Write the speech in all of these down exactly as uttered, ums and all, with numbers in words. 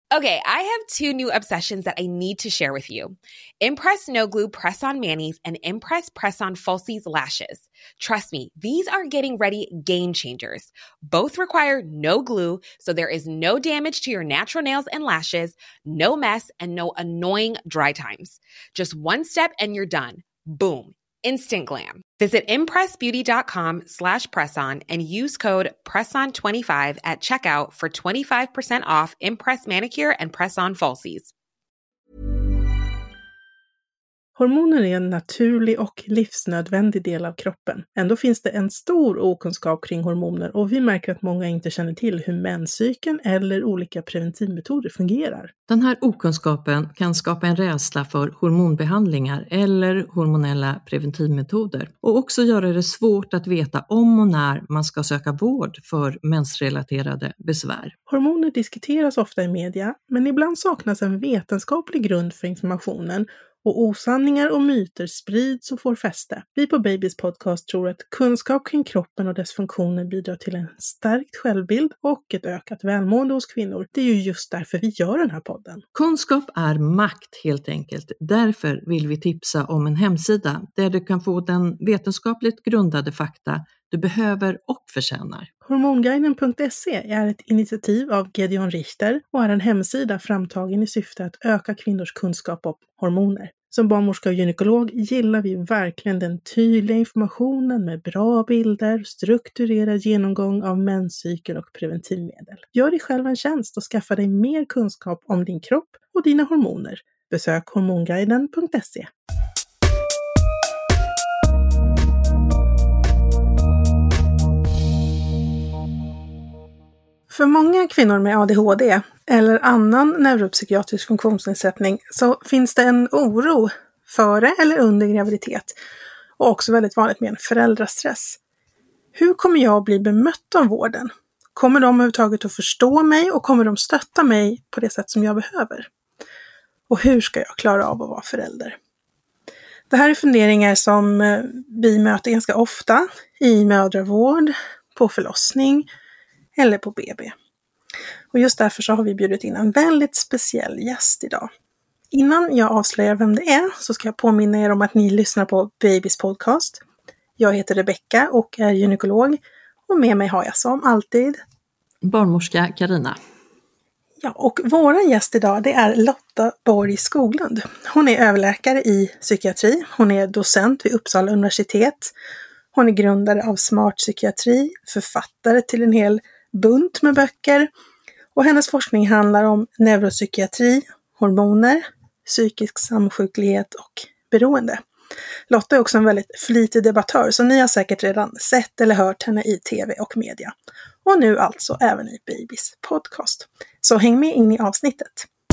Okay, I have two new obsessions that I need to share with you. Impress No Glue Press-On Manis and Impress Press-On Falsies Lashes. Trust me, these are getting ready game changers. Both require no glue, so there is no damage to your natural nails and lashes, no mess, and no annoying dry times. Just one step and you're done. Boom. Instant glam. Visit impressbeauty.com slash presson and use code presson twenty-five at checkout for twenty-five percent off Impress Manicure and Press-On Falsies. Hormoner är en naturlig och livsnödvändig del av kroppen. Ändå finns det en stor okunskap kring hormoner och vi märker att många inte känner till hur menscykeln eller olika preventivmetoder fungerar. Den här okunskapen kan skapa en rädsla för hormonbehandlingar eller hormonella preventivmetoder och också göra det svårt att veta om och när man ska söka vård för mensrelaterade besvär. Hormoner diskuteras ofta i media, men ibland saknas en vetenskaplig grund för informationen och osanningar och myter sprids och får fäste. Vi på Babys podcast tror att kunskap kring kroppen och dess funktioner bidrar till en stärkt självbild och ett ökat välmående hos kvinnor. Det är ju just därför vi gör den här podden. Kunskap är makt helt enkelt. Därför vill vi tipsa om en hemsida där du kan få den vetenskapligt grundade fakta du behöver och förtjänar. Hormonguiden punkt se är ett initiativ av Gedeon Richter och är en hemsida framtagen i syfte att öka kvinnors kunskap om hormoner. Som barnmorska och gynekolog gillar vi verkligen den tydliga informationen med bra bilder, strukturerad genomgång av menscykel och preventivmedel. Gör dig själv en tjänst och skaffa dig mer kunskap om din kropp och dina hormoner. Besök hormonguiden punkt se. För många kvinnor med A D H D eller annan neuropsykiatrisk funktionsnedsättning så finns det en oro före eller under graviditet och också väldigt vanligt med en föräldrastress. Hur kommer jag att bli bemött av vården? Kommer de överhuvudtaget att förstå mig och kommer de stötta mig på det sätt som jag behöver? Och hur ska jag klara av att vara förälder? Det här är funderingar som vi möter ganska ofta i mödravård, på förlossning eller på B B. Och just därför så har vi bjudit in en väldigt speciell gäst idag. Innan jag avslöjar vem det är så ska jag påminna er om att ni lyssnar på Babys podcast. Jag heter Rebecka och är gynekolog och med mig har jag som alltid barnmorska Carina. Ja, och våran gäst idag det är Lotta Borg Skoglund. Hon är överläkare i psykiatri. Hon är docent vid Uppsala universitet. Hon är grundare av Smart Psykiatri, författare till en hel bunt med böcker. Och hennes forskning handlar om neuropsykiatri, hormoner, psykisk samsjuklighet och beroende. Lotta är också en väldigt flitig debattör så ni har säkert redan sett eller hört henne i tv och media. Och nu alltså även i Babys podcast. Så häng med in i avsnittet.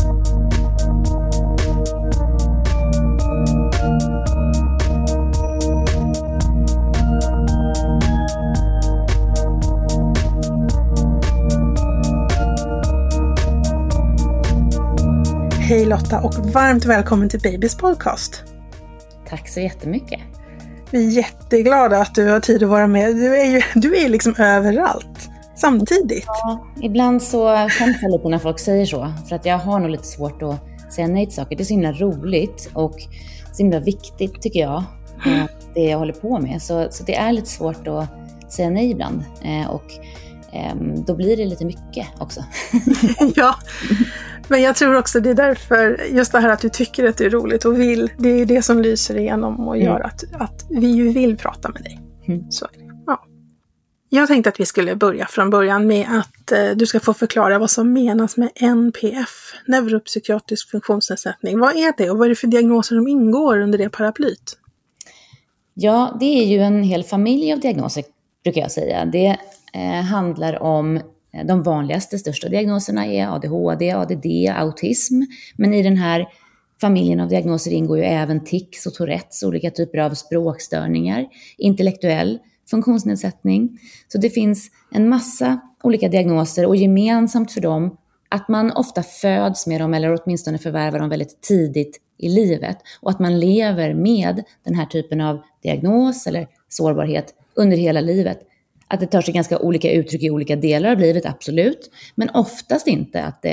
Hej Lotta och varmt välkommen till Babys podcast. Tack så jättemycket. Vi är jätteglada att du har tid att vara med. Du är ju du är liksom överallt samtidigt. Ja, ibland så skäms jag lite när folk säger så. För att jag har nog lite svårt att säga nej till saker. Det är så himla roligt och så himla viktigt tycker jag. Det jag håller på med. Så, så det är lite svårt att säga nej ibland. Och då blir det lite mycket också. Ja, men jag tror också det är därför, just det här att du tycker att det är roligt och vill, det är det som lyser igenom och gör mm. att, att vi ju vill prata med dig. Mm. Så, ja. Jag tänkte att vi skulle börja från början med att eh, du ska få förklara vad som menas med N P F, neuropsykiatrisk funktionsnedsättning. Vad är det och vad är det för diagnoser som ingår under det paraplyt? Ja, det är ju en hel familj av diagnoser brukar jag säga. Det eh, handlar om de vanligaste, största diagnoserna är A D H D, A D D, autism. Men i den här familjen av diagnoser ingår ju även tics och Tourettes, olika typer av språkstörningar, intellektuell funktionsnedsättning. Så det finns en massa olika diagnoser och gemensamt för dem att man ofta föds med dem eller åtminstone förvärvar dem väldigt tidigt i livet. Och att man lever med den här typen av diagnos eller sårbarhet under hela livet. Att det tar sig ganska olika uttryck i olika delar av livet, absolut. Men oftast inte att det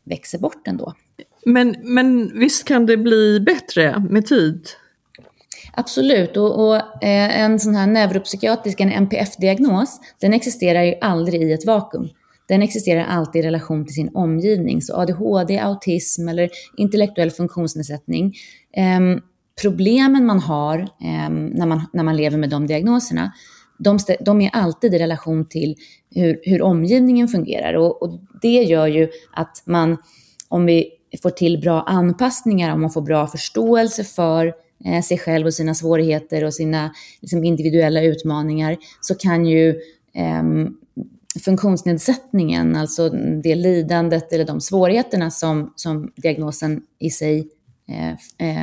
växer bort ändå. Men, men visst kan det bli bättre med tid? Absolut, och, och eh, en sån här neuropsykiatrisk, en N P F-diagnos, den existerar ju aldrig i ett vakuum. Den existerar alltid i relation till sin omgivning. Så A D H D, autism eller intellektuell funktionsnedsättning. Eh, problemen man har eh, när, man, när man lever med de diagnoserna, de, de är alltid i relation till hur, hur omgivningen fungerar. Och, och det gör ju att man, om vi får till bra anpassningar, om man får bra förståelse för eh, sig själv och sina svårigheter och sina liksom, individuella utmaningar, så kan ju eh, funktionsnedsättningen, alltså det lidandet eller de svårigheterna som, som diagnosen i sig eh, eh,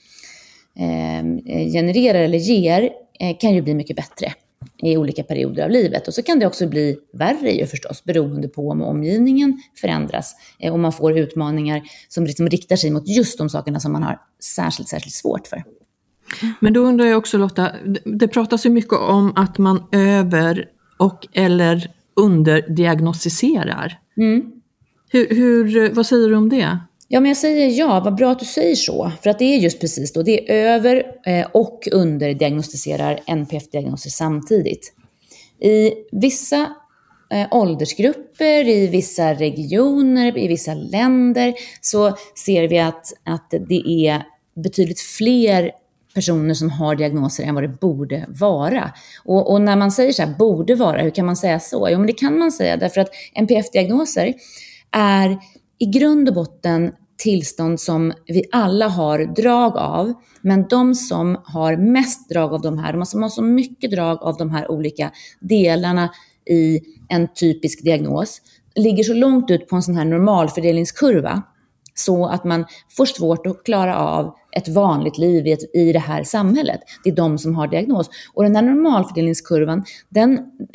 eh, genererar eller ger, eh, kan ju bli mycket bättre i olika perioder av livet. Och så kan det också bli värre ju förstås, beroende på om omgivningen förändras eh, och man får utmaningar som liksom riktar sig mot just de sakerna som man har särskilt, särskilt svårt för. Men då undrar jag också, Lotta, det pratas ju mycket om att man över- och eller underdiagnostiserar. Mm. Hur, hur, vad säger du om det? Ja, men jag säger ja, vad bra att du säger så. För att det är just precis då, det är över- och underdiagnostiserar N P F-diagnoser samtidigt. I vissa eh, åldersgrupper, i vissa regioner, i vissa länder så ser vi att, att det är betydligt fler personer som har diagnoser än vad det borde vara. Och, och när man säger så här, borde vara, hur kan man säga så? Jo, men det kan man säga därför att N P F-diagnoser är i grund och botten tillstånd som vi alla har drag av, men de som har mest drag av de här, de som har så mycket drag av de här olika delarna i en typisk diagnos, ligger så långt ut på en sån här normalfördelningskurva så att man får svårt att klara av ett vanligt liv i, ett, i det här samhället. Det är de som har diagnos. Och den här normalfördelningskurvan, den,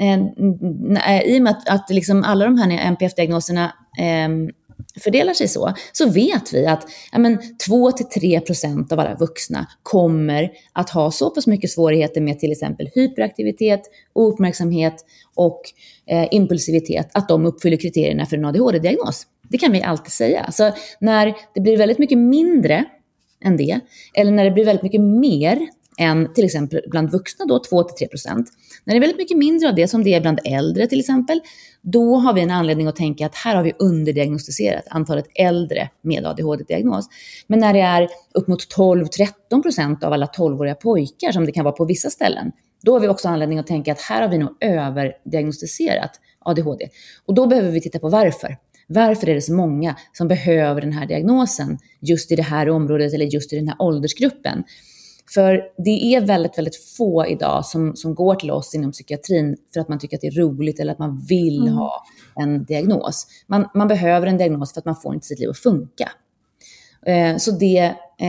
eh, i och med att, att liksom alla de här N P F-diagnoserna eh, fördelar sig så, så vet vi att ja, men, två till tre procent av alla vuxna kommer att ha så pass mycket svårigheter med till exempel hyperaktivitet, ouppmärksamhet och eh, impulsivitet att de uppfyller kriterierna för en A D H D-diagnos. Det kan vi alltid säga. Så när det blir väldigt mycket mindre än det, eller när det blir väldigt mycket mer än till exempel bland vuxna då, två till tre procent. När det är väldigt mycket mindre av det som det är bland äldre till exempel, då har vi en anledning att tänka att här har vi underdiagnostiserat antalet äldre med A D H D-diagnos. Men när det är upp mot tolv till tretton procent av alla tolvåriga pojkar, som det kan vara på vissa ställen, då har vi också anledning att tänka att här har vi nog överdiagnostiserat A D H D. Och då behöver vi titta på varför. Varför är det så många som behöver den här diagnosen just i det här området eller just i den här åldersgruppen? För det är väldigt, väldigt få idag som, som går till oss inom psykiatrin för att man tycker att det är roligt eller att man vill mm. ha en diagnos. Man, man behöver en diagnos för att man får inte sitt liv att funka. Eh, så det,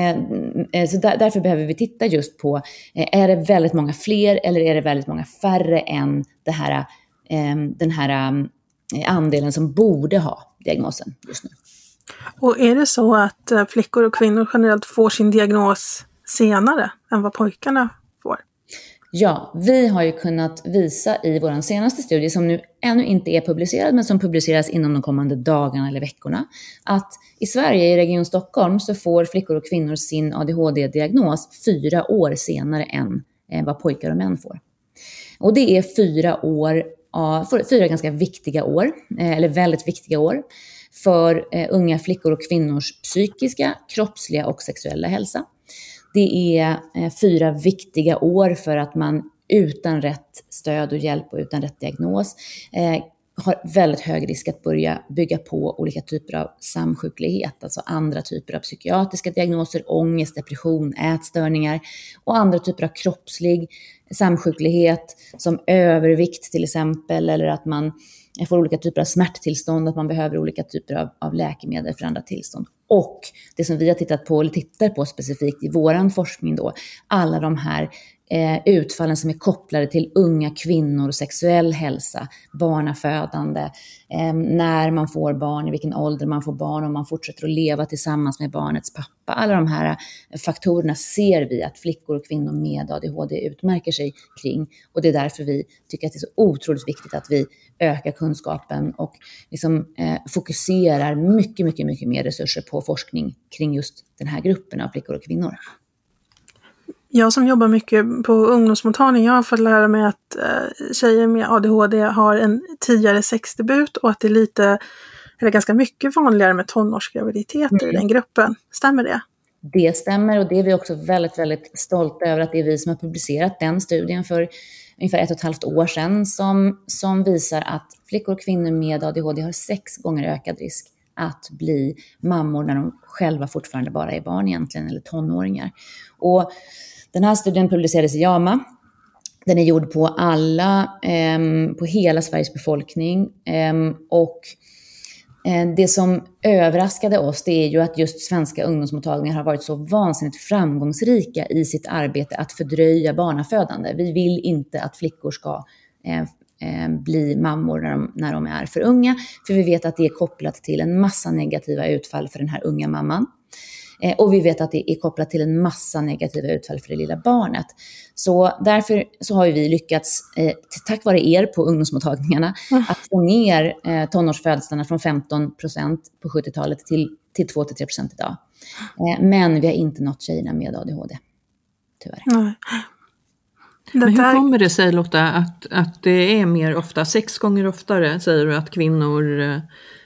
eh, så där, därför behöver vi titta just på, eh, är det väldigt många fler eller är det väldigt många färre än det här, eh, den här eh, andelen som borde ha diagnosen just nu. Och är det så att eh, flickor och kvinnor generellt får sin diagnos senare än vad pojkarna får? Ja, vi har ju kunnat visa i vår senaste studie, som nu ännu inte är publicerad men som publiceras inom de kommande dagarna eller veckorna, att i Sverige, i Region Stockholm, så får flickor och kvinnor sin A D H D-diagnos fyra år senare än vad pojkar och män får. Och det är fyra år, fyra ganska viktiga år, eller väldigt viktiga år, för unga flickor och kvinnors psykiska, kroppsliga och sexuella hälsa. Det är eh, fyra viktiga år för att man utan rätt stöd och hjälp och utan rätt diagnos eh, har väldigt hög risk att börja bygga på olika typer av samsjuklighet, alltså andra typer av psykiatriska diagnoser, ångest, depression, ätstörningar och andra typer av kroppslig samsjuklighet som övervikt till exempel, eller att man får olika typer av smärttillstånd, att man behöver olika typer av, av läkemedel för andra tillstånd. Och det som vi har tittat på, eller tittar på specifikt i våran forskning då, alla de här eh, utfallen som är kopplade till unga kvinnor, sexuell hälsa, barnafödande, eh, när man får barn, i vilken ålder man får barn, om man fortsätter att leva tillsammans med barnets pappa. Alla de här faktorerna ser vi att flickor och kvinnor med A D H D utmärker sig kring. Och det är därför vi tycker att det är så otroligt viktigt att vi ökar kunskapen och liksom, eh, fokuserar mycket, mycket, mycket mer resurser på forskning kring just den här gruppen av flickor och kvinnor. Jag som jobbar mycket på ungdomsmottagning, jag har fått lära mig att eh, tjejer med A D H D har en tidigare sexdebut och att det är lite, eller ganska mycket vanligare med tonårsgraviditeter mm. i den gruppen. Stämmer det? Det stämmer, och det är vi också väldigt, väldigt stolta över att det är vi som har publicerat den studien för ungefär ett och ett halvt år sedan som, som visar att flickor och kvinnor med A D H D har sex gånger ökad risk att bli mammor när de själva fortfarande bara är barn egentligen, eller tonåringar. Och den här studien publicerades i JAMA. Den är gjord på alla, eh, på hela Sveriges befolkning. Eh, och eh, det som överraskade oss, det är ju att just svenska ungdomsmottagningar har varit så vansinnigt framgångsrika i sitt arbete att fördröja barnafödande. Vi vill inte att flickor ska eh, eh, bli mammor när de, när de är för unga. För vi vet att det är kopplat till en massa negativa utfall för den här unga mamman. Eh, och vi vet att det är kopplat till en massa negativa utfall för det lilla barnet. Så därför så har vi lyckats, eh, tack vare er på ungdomsmottagningarna, mm. att få ner eh, tonårsfödslarna från femton procent på sjuttiotalet till, till två till tre procent idag. Eh, men vi har inte nått tjejerna med A D H D, tyvärr. Nej. Men hur kommer det sig, Lotta, att, att det är mer ofta, sex gånger oftare säger du att kvinnor eh,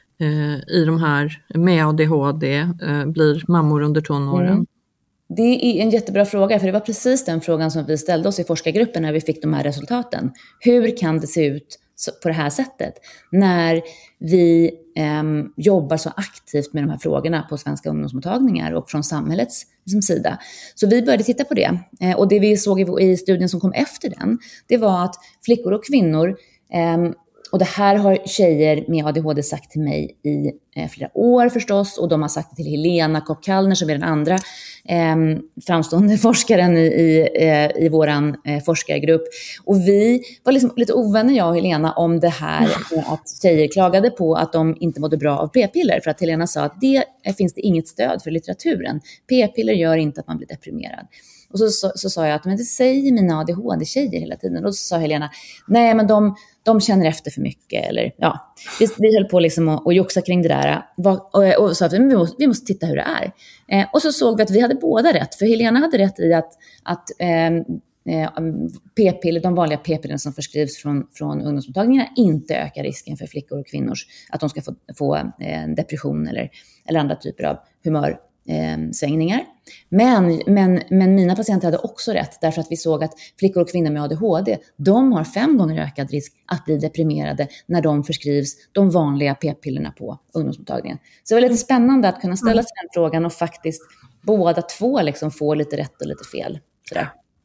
i de här med A D H D eh, blir mammor under tonåren? Mm. Det är en jättebra fråga, för det var precis den frågan som vi ställde oss i forskargruppen när vi fick de här resultaten. Hur kan det se ut på det här sättet när vi eh, jobbar så aktivt med de här frågorna på svenska ungdomsmottagningar och från samhällets liksom, sida? Så vi började titta på det, eh, och det vi såg i, i studien som kom efter den, det var att flickor och kvinnor, eh, och det här har tjejer med A D H D sagt till mig i eh, flera år förstås. Och de har sagt det till Helena Kopp-Kallner som är den andra eh, framstående forskaren i, i, eh, i våran eh, forskargrupp. Och vi var liksom lite ovänner, jag och Helena, om det här eh, att tjejer klagade på att de inte mådde bra av p-piller. För att Helena sa att det eh, finns det inget stöd för litteraturen. P-piller gör inte att man blir deprimerad. Och så, så, så sa jag att men det säger mina A D H D-tjejer hela tiden. Och så sa Helena, nej men de, de känner efter för mycket. Eller, ja, vi, vi höll på liksom att, att joxa kring det där. Och, och, och sa att vi måste, vi måste titta hur det är. Eh, och så såg vi att vi hade båda rätt. För Helena hade rätt i att, att eh, eh, p-piller, de vanliga p-pillerna som förskrivs från, från ungdomsmottagningarna inte ökar risken för flickor och kvinnors att de ska få, få eh, depression eller, eller andra typer av humör. Eh, svängningar. Men, men, men mina patienter hade också rätt, därför att vi såg att flickor och kvinnor med A D H D, de har fem gånger ökad risk att bli deprimerade när de förskrivs de vanliga p-pillerna på ungdomsmottagningen. Så det var lite spännande att kunna ställa sig den frågan och faktiskt båda två liksom få lite rätt och lite fel. Sådär.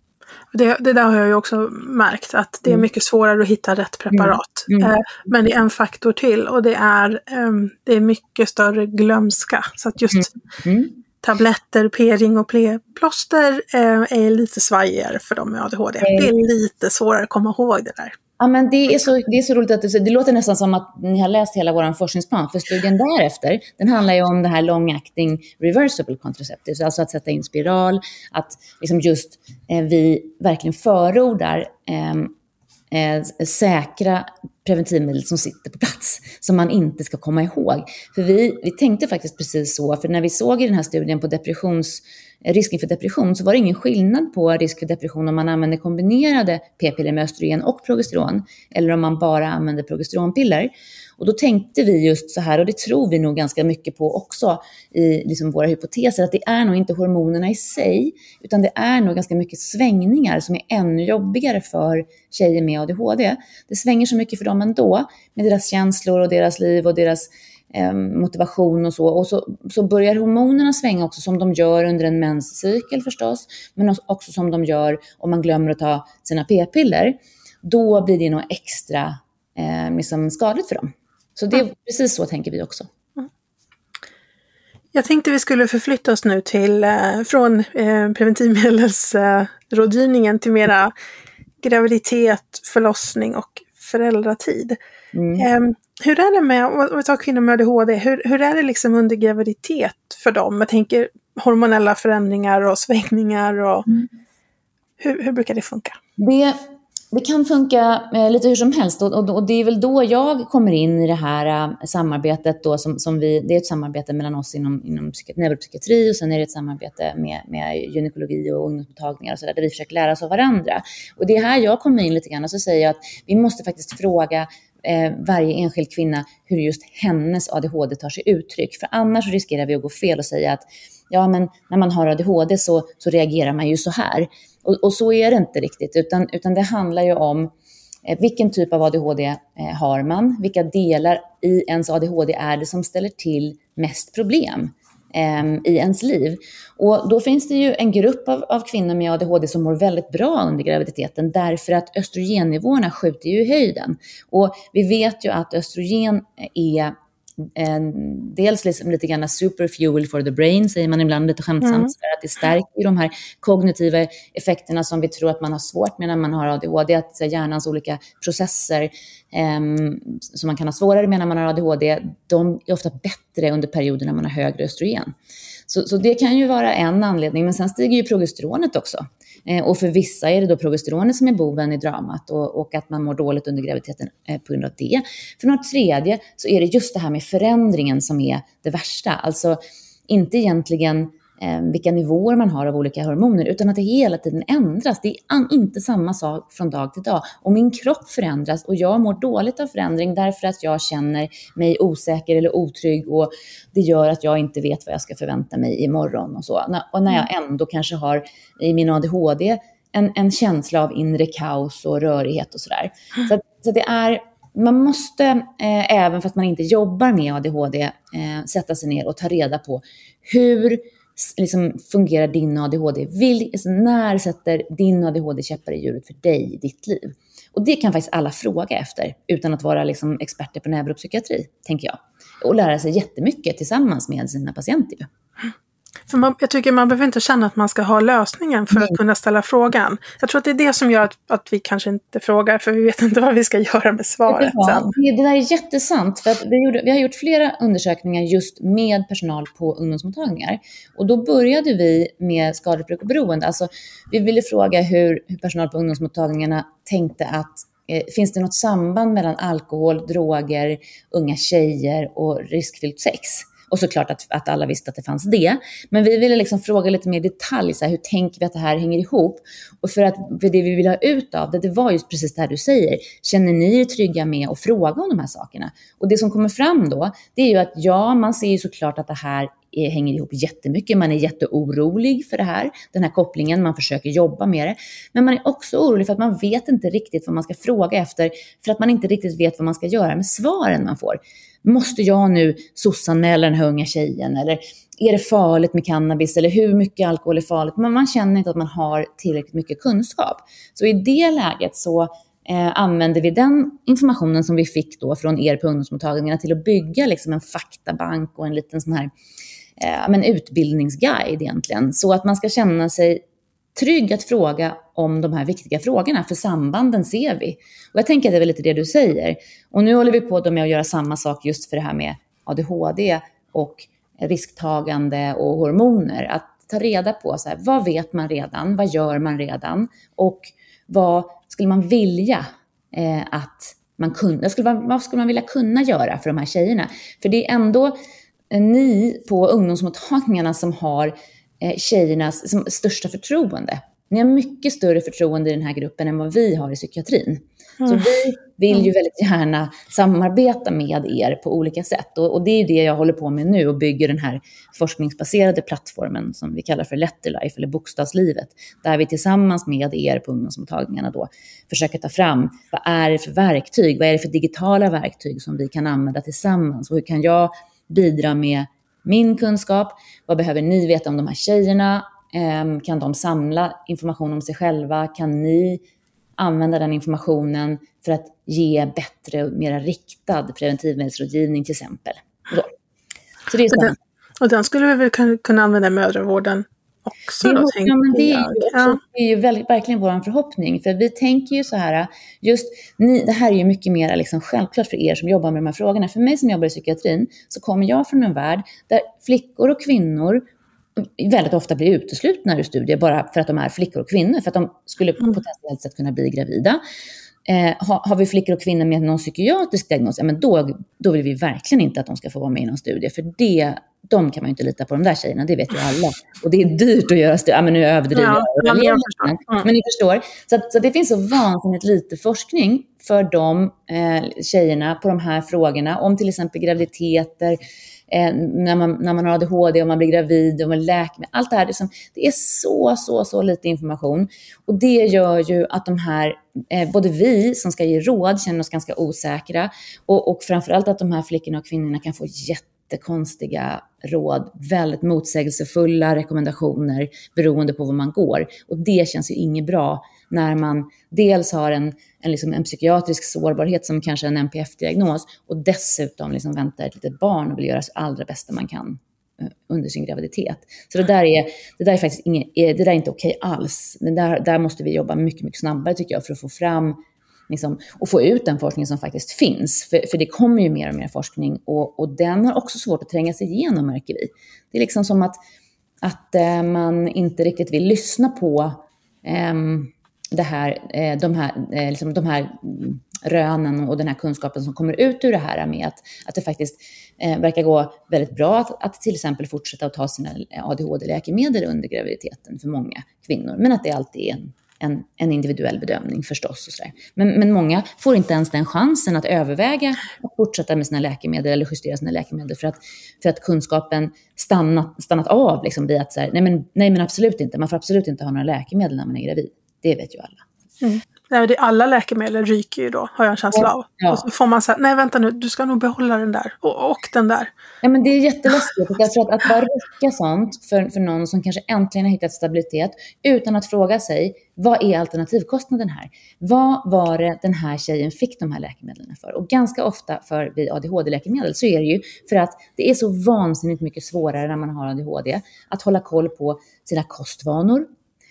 Det, det där har jag ju också märkt, att det är mycket svårare att hitta rätt preparat. Mm. Mm. Eh, men det är en faktor till, och det är, eh, det är mycket större glömska. Så att just mm. Mm. tabletter, p-ring och p-plåster eh, är lite svajigare för dem med A D H D. Mm. Det är lite svårare att komma ihåg det där. Ja, men det är så, det är så roligt att det, det låter nästan som att ni har läst hela vår forskningsplan. För studien därefter, den handlar ju om det här long-acting reversible contraceptives. Alltså att sätta in spiral, att liksom just eh, vi verkligen förordar eh, eh, säkra preventivmedel som sitter på plats, som man inte ska komma ihåg. För vi, vi tänkte faktiskt precis så, för när vi såg i den här studien på depressions, risken för depression, så var det ingen skillnad på risk för depression om man använder kombinerade p-piller med östrogen och progesteron, eller om man bara använder progesteronpiller. Och då tänkte vi just så här, och det tror vi nog ganska mycket på också i liksom våra hypoteser, att det är nog inte hormonerna i sig, utan det är nog ganska mycket svängningar som är ännu jobbigare för tjejer med A D H D. Det svänger så mycket för dem ändå, med deras känslor och deras liv och deras eh, motivation och så. Och så, så börjar hormonerna svänga också, som de gör under en menscykel förstås, men också som de gör om man glömmer att ta sina p-piller. Då blir det nog extra eh, liksom skadligt för dem. Så det är precis så tänker vi också. Jag tänkte vi skulle förflytta oss nu till, eh, från eh, preventivmedelsrådgivningen eh, till mera graviditet, förlossning och föräldratid. Mm. Eh, hur är det med, om vi tar kvinnor med A D H D, hur, hur är det liksom under graviditet för dem? Jag tänker hormonella förändringar och svängningar och mm. hur, hur brukar det funka? Det, det kan funka eh, lite hur som helst och, och, och det är väl då jag kommer in i det här uh, samarbetet då som, som vi, det är ett samarbete mellan oss inom, inom psyki- neuropsykiatri och sen är det ett samarbete med, med gynekologi och ungdomsmottagningar och så där, där vi försöker lära oss av varandra. Och det är här jag kommer in lite grann och så säger jag att vi måste faktiskt fråga eh, varje enskild kvinna hur just hennes A D H D tar sig uttryck. För annars riskerar vi att gå fel och säga att ja, men när man har A D H D så, så reagerar man ju så här. Och, och så är det inte riktigt, utan, utan det handlar ju om eh, vilken typ av A D H D eh, har man, vilka delar i ens A D H D är det som ställer till mest problem eh, i ens liv. Och då finns det ju en grupp av, av kvinnor med A D H D som mår väldigt bra under graviditeten därför att östrogennivåerna skjuter ju i höjden. Och vi vet ju att östrogen är En, dels liksom lite grann superfuel for the brain, säger man ibland lite skämtsamt, mm. för att det stärker de här kognitiva effekterna som vi tror att man har svårt med när man har A D H D, att säga, hjärnans olika processer eh, som man kan ha svårare med när man har A D H D, de är ofta bättre under perioder när man har högre östrogen. Så, så det kan ju vara en anledning, men sen stiger ju progesteronet också. Eh, och för vissa är det då progesteronet som är boven i dramat och, och att man mår dåligt under graviditeten eh, på grund av det. För något tredje så är det just det här med förändringen som är det värsta. Alltså inte egentligen eh, vilka nivåer man har av olika hormoner, utan att det hela tiden ändras. Det är an- inte samma sak från dag till dag. Och min kropp förändras och jag mår dåligt av förändring därför att jag känner mig osäker eller otrygg och det gör att jag inte vet vad jag ska förvänta mig imorgon och så. Och när jag ändå kanske har i min A D H D en, en känsla av inre kaos och rörighet och sådär. Så, så det är, man måste, eh, även fast man inte jobbar med A D H D, eh, sätta sig ner och ta reda på hur liksom fungerar din A D H D? Vill, alltså, när sätter din A D H D käppar i hjulet för dig i ditt liv? Och det kan faktiskt alla fråga efter utan att vara liksom experter på neuropsykiatri, tänker jag. Och lära sig jättemycket tillsammans med sina patienter. För man, jag tycker man behöver inte känna att man ska ha lösningen för Nej. att kunna ställa frågan. Jag tror att det är det som gör att, att vi kanske inte frågar, för vi vet inte vad vi ska göra med svaret sen. Det, det där är jättesant, för att vi, gjorde, vi har gjort flera undersökningar just med personal på ungdomsmottagningar. Och då började vi med skadebruk och beroende. Alltså, vi ville fråga hur, hur personal på ungdomsmottagningarna tänkte att eh, finns det något samband mellan alkohol, droger, unga tjejer och riskfyllt sex? Och såklart att, att alla visste att det fanns det. Men vi ville liksom fråga lite mer i detalj. Så här, hur tänker vi att det här hänger ihop? Och för att för det vi vill ha ut av det, det var just precis det här du säger. Känner ni er trygga med att fråga om de här sakerna? Och det som kommer fram då, det är ju att ja, man ser ju såklart att det här är, hänger ihop jättemycket. Man är jätteorolig för det här. Den här kopplingen, man försöker jobba med det. Men man är också orolig för att man vet inte riktigt vad man ska fråga efter. För att man inte riktigt vet vad man ska göra med svaren man får. Måste jag nu sossanmäla den här unga tjejen? Eller är det farligt med cannabis? Eller hur mycket alkohol är farligt? Men man känner inte att man har tillräckligt mycket kunskap. Så i det läget så eh, använder vi den informationen som vi fick då från er på ungdomsmottagningarna till att bygga liksom en faktabank och en liten sån här eh, men utbildningsguide egentligen. Så att man ska känna sig trygg att fråga om de här viktiga frågorna, för sambanden ser vi. Och jag tänker att det är väl lite det du säger. Och nu håller vi på då med att göra samma sak just för det här med A D H D och risktagande och hormoner. Att ta reda på så här, vad vet man redan, vad gör man redan och vad skulle man vilja eh, att man kunde, skulle man, vad skulle man vilja kunna göra för de här tjejerna? För det är ändå eh, ni på ungdomsmottagningarna som har eh, tjejernas som, största förtroende. Ni har mycket större förtroende i den här gruppen än vad vi har i psykiatrin. Mm. Så vi vill ju väldigt gärna samarbeta med er på olika sätt. Och, och det är det jag håller på med nu och bygger den här forskningsbaserade plattformen som vi kallar för Letterlife eller Bokstavslivet. Där vi tillsammans med er på ungdomsmottagningarna då försöker ta fram vad är det för verktyg, vad är det för digitala verktyg som vi kan använda tillsammans. Och hur kan jag bidra med min kunskap? Vad behöver ni veta om de här tjejerna? Kan de samla information om sig själva? Kan ni använda den informationen för att ge bättre och mer riktad preventivmedelsrådgivning till exempel? Så, så det är så. Och den skulle vi väl kunna använda i mödravården också det, då, ja, men det är ju, också, ja. det är ju väldigt, verkligen vår förhoppning. För vi tänker ju så här, just ni, det här är ju mycket mer liksom självklart för er som jobbar med de här frågorna. För mig som jobbar i psykiatrin så kommer jag från en värld där flickor och kvinnor väldigt ofta blir uteslutna ur studier bara för att de är flickor och kvinnor. För att de skulle Mm. potentiellt sett kunna bli gravida. Eh, har, har vi flickor och kvinnor med någon psykiatrisk diagnos, ja, men då, då vill vi verkligen inte att de ska få vara med i någon studie. För det, de kan man ju inte lita på, de där tjejerna, det vet ju alla. Och det är dyrt att göra studier. Ja, men nu överdriver Ja, jag. men, jag förstår. Mm. Men ni förstår. Så, att, så det finns så vansinnigt lite forskning för de eh, tjejerna på de här frågorna. Om till exempel graviditeter, eh, när, man, när man har A D H D, om man blir gravid, om man läker. Allt det här, det är, som, det är så, så, så lite information. Och det gör ju att de här, eh, både vi som ska ge råd känner oss ganska osäkra. Och, och framförallt att de här flickorna och kvinnorna kan få jättekonstiga råd, väldigt motsägelsefulla rekommendationer beroende på var man går. Och det känns ju inget bra när man dels har en, en, liksom en psykiatrisk sårbarhet som kanske en N P F-diagnos och dessutom liksom väntar ett litet barn och vill göra det allra bästa man kan under sin graviditet. Så det där är, det där är faktiskt inget, det där är inte okej alls. Det där, där måste vi jobba mycket, mycket snabbare tycker jag för att få fram liksom, och få ut den forskning som faktiskt finns. För, för det kommer ju mer och mer forskning och, och den har också svårt att tränga sig igenom, märker vi. Det är liksom som att, att äh, man inte riktigt vill lyssna på äh, det här, äh, de här, äh, liksom de här rönen och den här kunskapen som kommer ut ur det här med att, att det faktiskt äh, verkar gå väldigt bra att, att till exempel fortsätta att ta sina A D H D-läkemedel under graviditeten för många kvinnor. Men att det alltid är en En, en individuell bedömning förstås. Och så där. Men, men många får inte ens den chansen att överväga att fortsätta med sina läkemedel eller justera sina läkemedel för att, för att kunskapen stannat, stannat av liksom, vid att så här, nej, men, nej men absolut inte, man får absolut inte ha några läkemedel när man är gravid. Det vet ju alla. Mm. Nej, det, alla läkemedel ryker ju då, har jag en känsla ja, av. Ja. Och så får man säga, nej vänta nu, du ska nog behålla den där och, och den där. Ja, men det är jätteläskigt. Därför att, att bara rycka sånt för, för någon som kanske äntligen har hittat stabilitet utan att fråga sig, vad är alternativkostnaden här? Vad var det den här tjejen fick de här läkemedlen för? Och ganska ofta för vid A D H D-läkemedel så är det ju för att det är så vansinnigt mycket svårare när man har A D H D att hålla koll på sina kostvanor.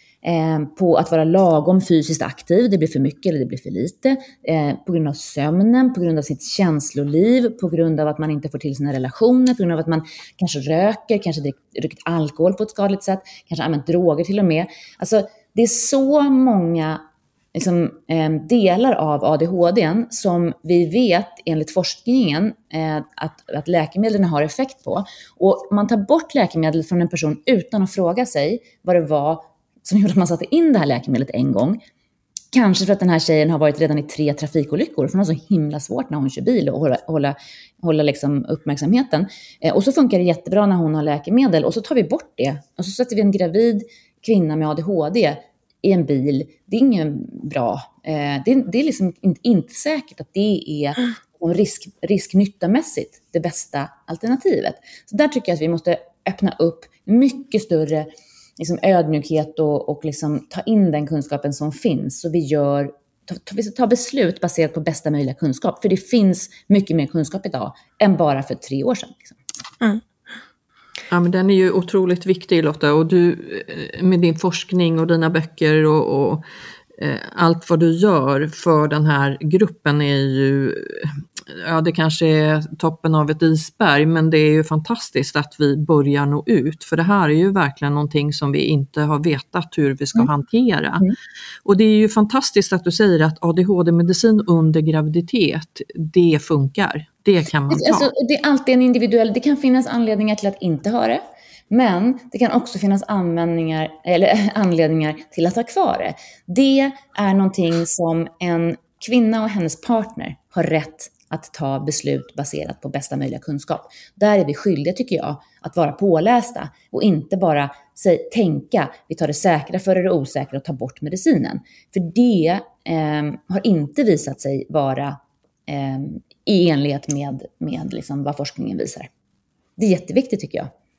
Eh, på att vara lagom fysiskt aktiv, det blir för mycket eller det blir för lite, eh, på grund av sömnen, på grund av sitt känsloliv, på grund av att man inte får till sina relationer, på grund av att man kanske röker, kanske druckit alkohol på ett skadligt sätt, kanske använt droger till och med. Alltså det är så många liksom, eh, delar av A D H D som vi vet enligt forskningen eh, att, att läkemedlen har effekt på. Och man tar bort läkemedel från en person utan att fråga sig vad det var som gjorde att man satte in det här läkemedlet en gång. Kanske för att den här tjejen har varit redan i tre trafikolyckor. För hon har så himla svårt när hon kör bil och hålla, hålla, hålla liksom uppmärksamheten. Eh, och så funkar det jättebra när hon har läkemedel. Och så tar vi bort det. Och så sätter vi en gravid kvinna med A D H D i en bil. Det är ingen bra. Eh, det, det är liksom inte, inte säkert att det är risk, risknyttamässigt det bästa alternativet. Så där tycker jag att vi måste öppna upp mycket större liksom ödmjukhet och, och liksom ta in den kunskapen som finns. Så vi gör, ta, vi tar beslut baserat på bästa möjliga kunskap. För det finns mycket mer kunskap idag än bara för tre år sedan. Liksom. Mm. Ja, men den är ju otroligt viktig, Lotta. Och du med din forskning och dina böcker och, och eh, allt vad du gör för den här gruppen är ju, ja det kanske är toppen av ett isberg, men det är ju fantastiskt att vi börjar nå ut. För det här är ju verkligen någonting som vi inte har vetat hur vi ska mm. hantera. Mm. Och det är ju fantastiskt att du säger att A D H D-medicin under graviditet, det funkar. Det kan man ta. Alltså, det är alltid en individuell, det kan finnas anledningar till att inte ha det. Men det kan också finnas användningar, eller anledningar till att ha kvar det. Det är någonting som en kvinna och hennes partner har rätt att ta beslut baserat på bästa möjliga kunskap. Där är vi skyldiga, tycker jag, att vara pålästa och inte bara säg, tänka, vi tar det säkra före det osäkra och tar bort medicinen. För det eh, har inte visat sig vara eh, i enlighet med, med liksom vad forskningen visar. Det är jätteviktigt, tycker jag.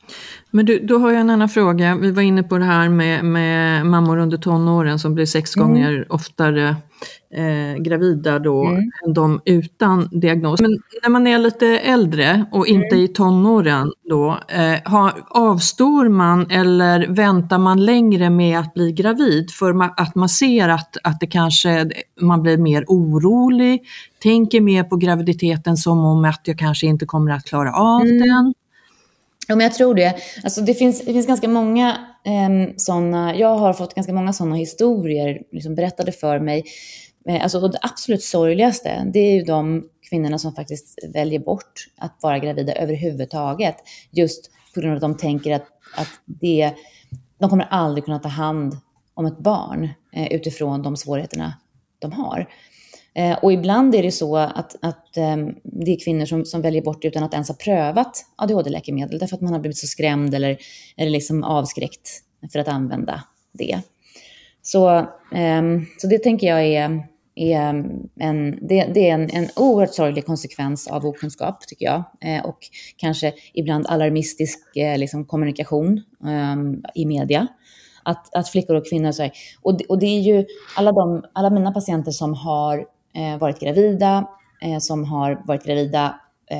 Men du, då har jag en annan fråga. Vi var inne på det här med, med mammor under tonåren som blir sex mm. gånger oftare eh, gravida då mm. än de utan diagnos. Men när man är lite äldre och inte mm. i tonåren då, eh, har, avstår man eller väntar man längre med att bli gravid för ma- att man ser att, att det kanske, man blir mer orolig, tänker mer på graviditeten som om att jag kanske inte kommer att klara av mm. den? Ja, men jag tror det. Alltså det finns, det finns ganska många eh, sådana, jag har fått ganska många sådana historier liksom berättade för mig. Eh, alltså, och det absolut sorgligaste, det är ju de kvinnorna som faktiskt väljer bort att vara gravida överhuvudtaget. Just på grund av att de tänker att, att det, de kommer aldrig kunna ta hand om ett barn eh, utifrån de svårigheterna de har. Eh, och ibland är det så att, att eh, det är kvinnor som, som väljer bort utan att ens ha prövat A D H D-läkemedel därför att man har blivit så skrämd eller, eller liksom avskräckt för att använda det. Så, eh, så det tänker jag är, är, en, det, det är en, en oerhört sorglig konsekvens av okunskap tycker jag. Eh, och kanske ibland alarmistisk eh, liksom kommunikation eh, i media. Att, att flickor och kvinnor så här, och, och det är ju alla, de, alla mina patienter som har eh, varit gravida, eh, som har varit gravida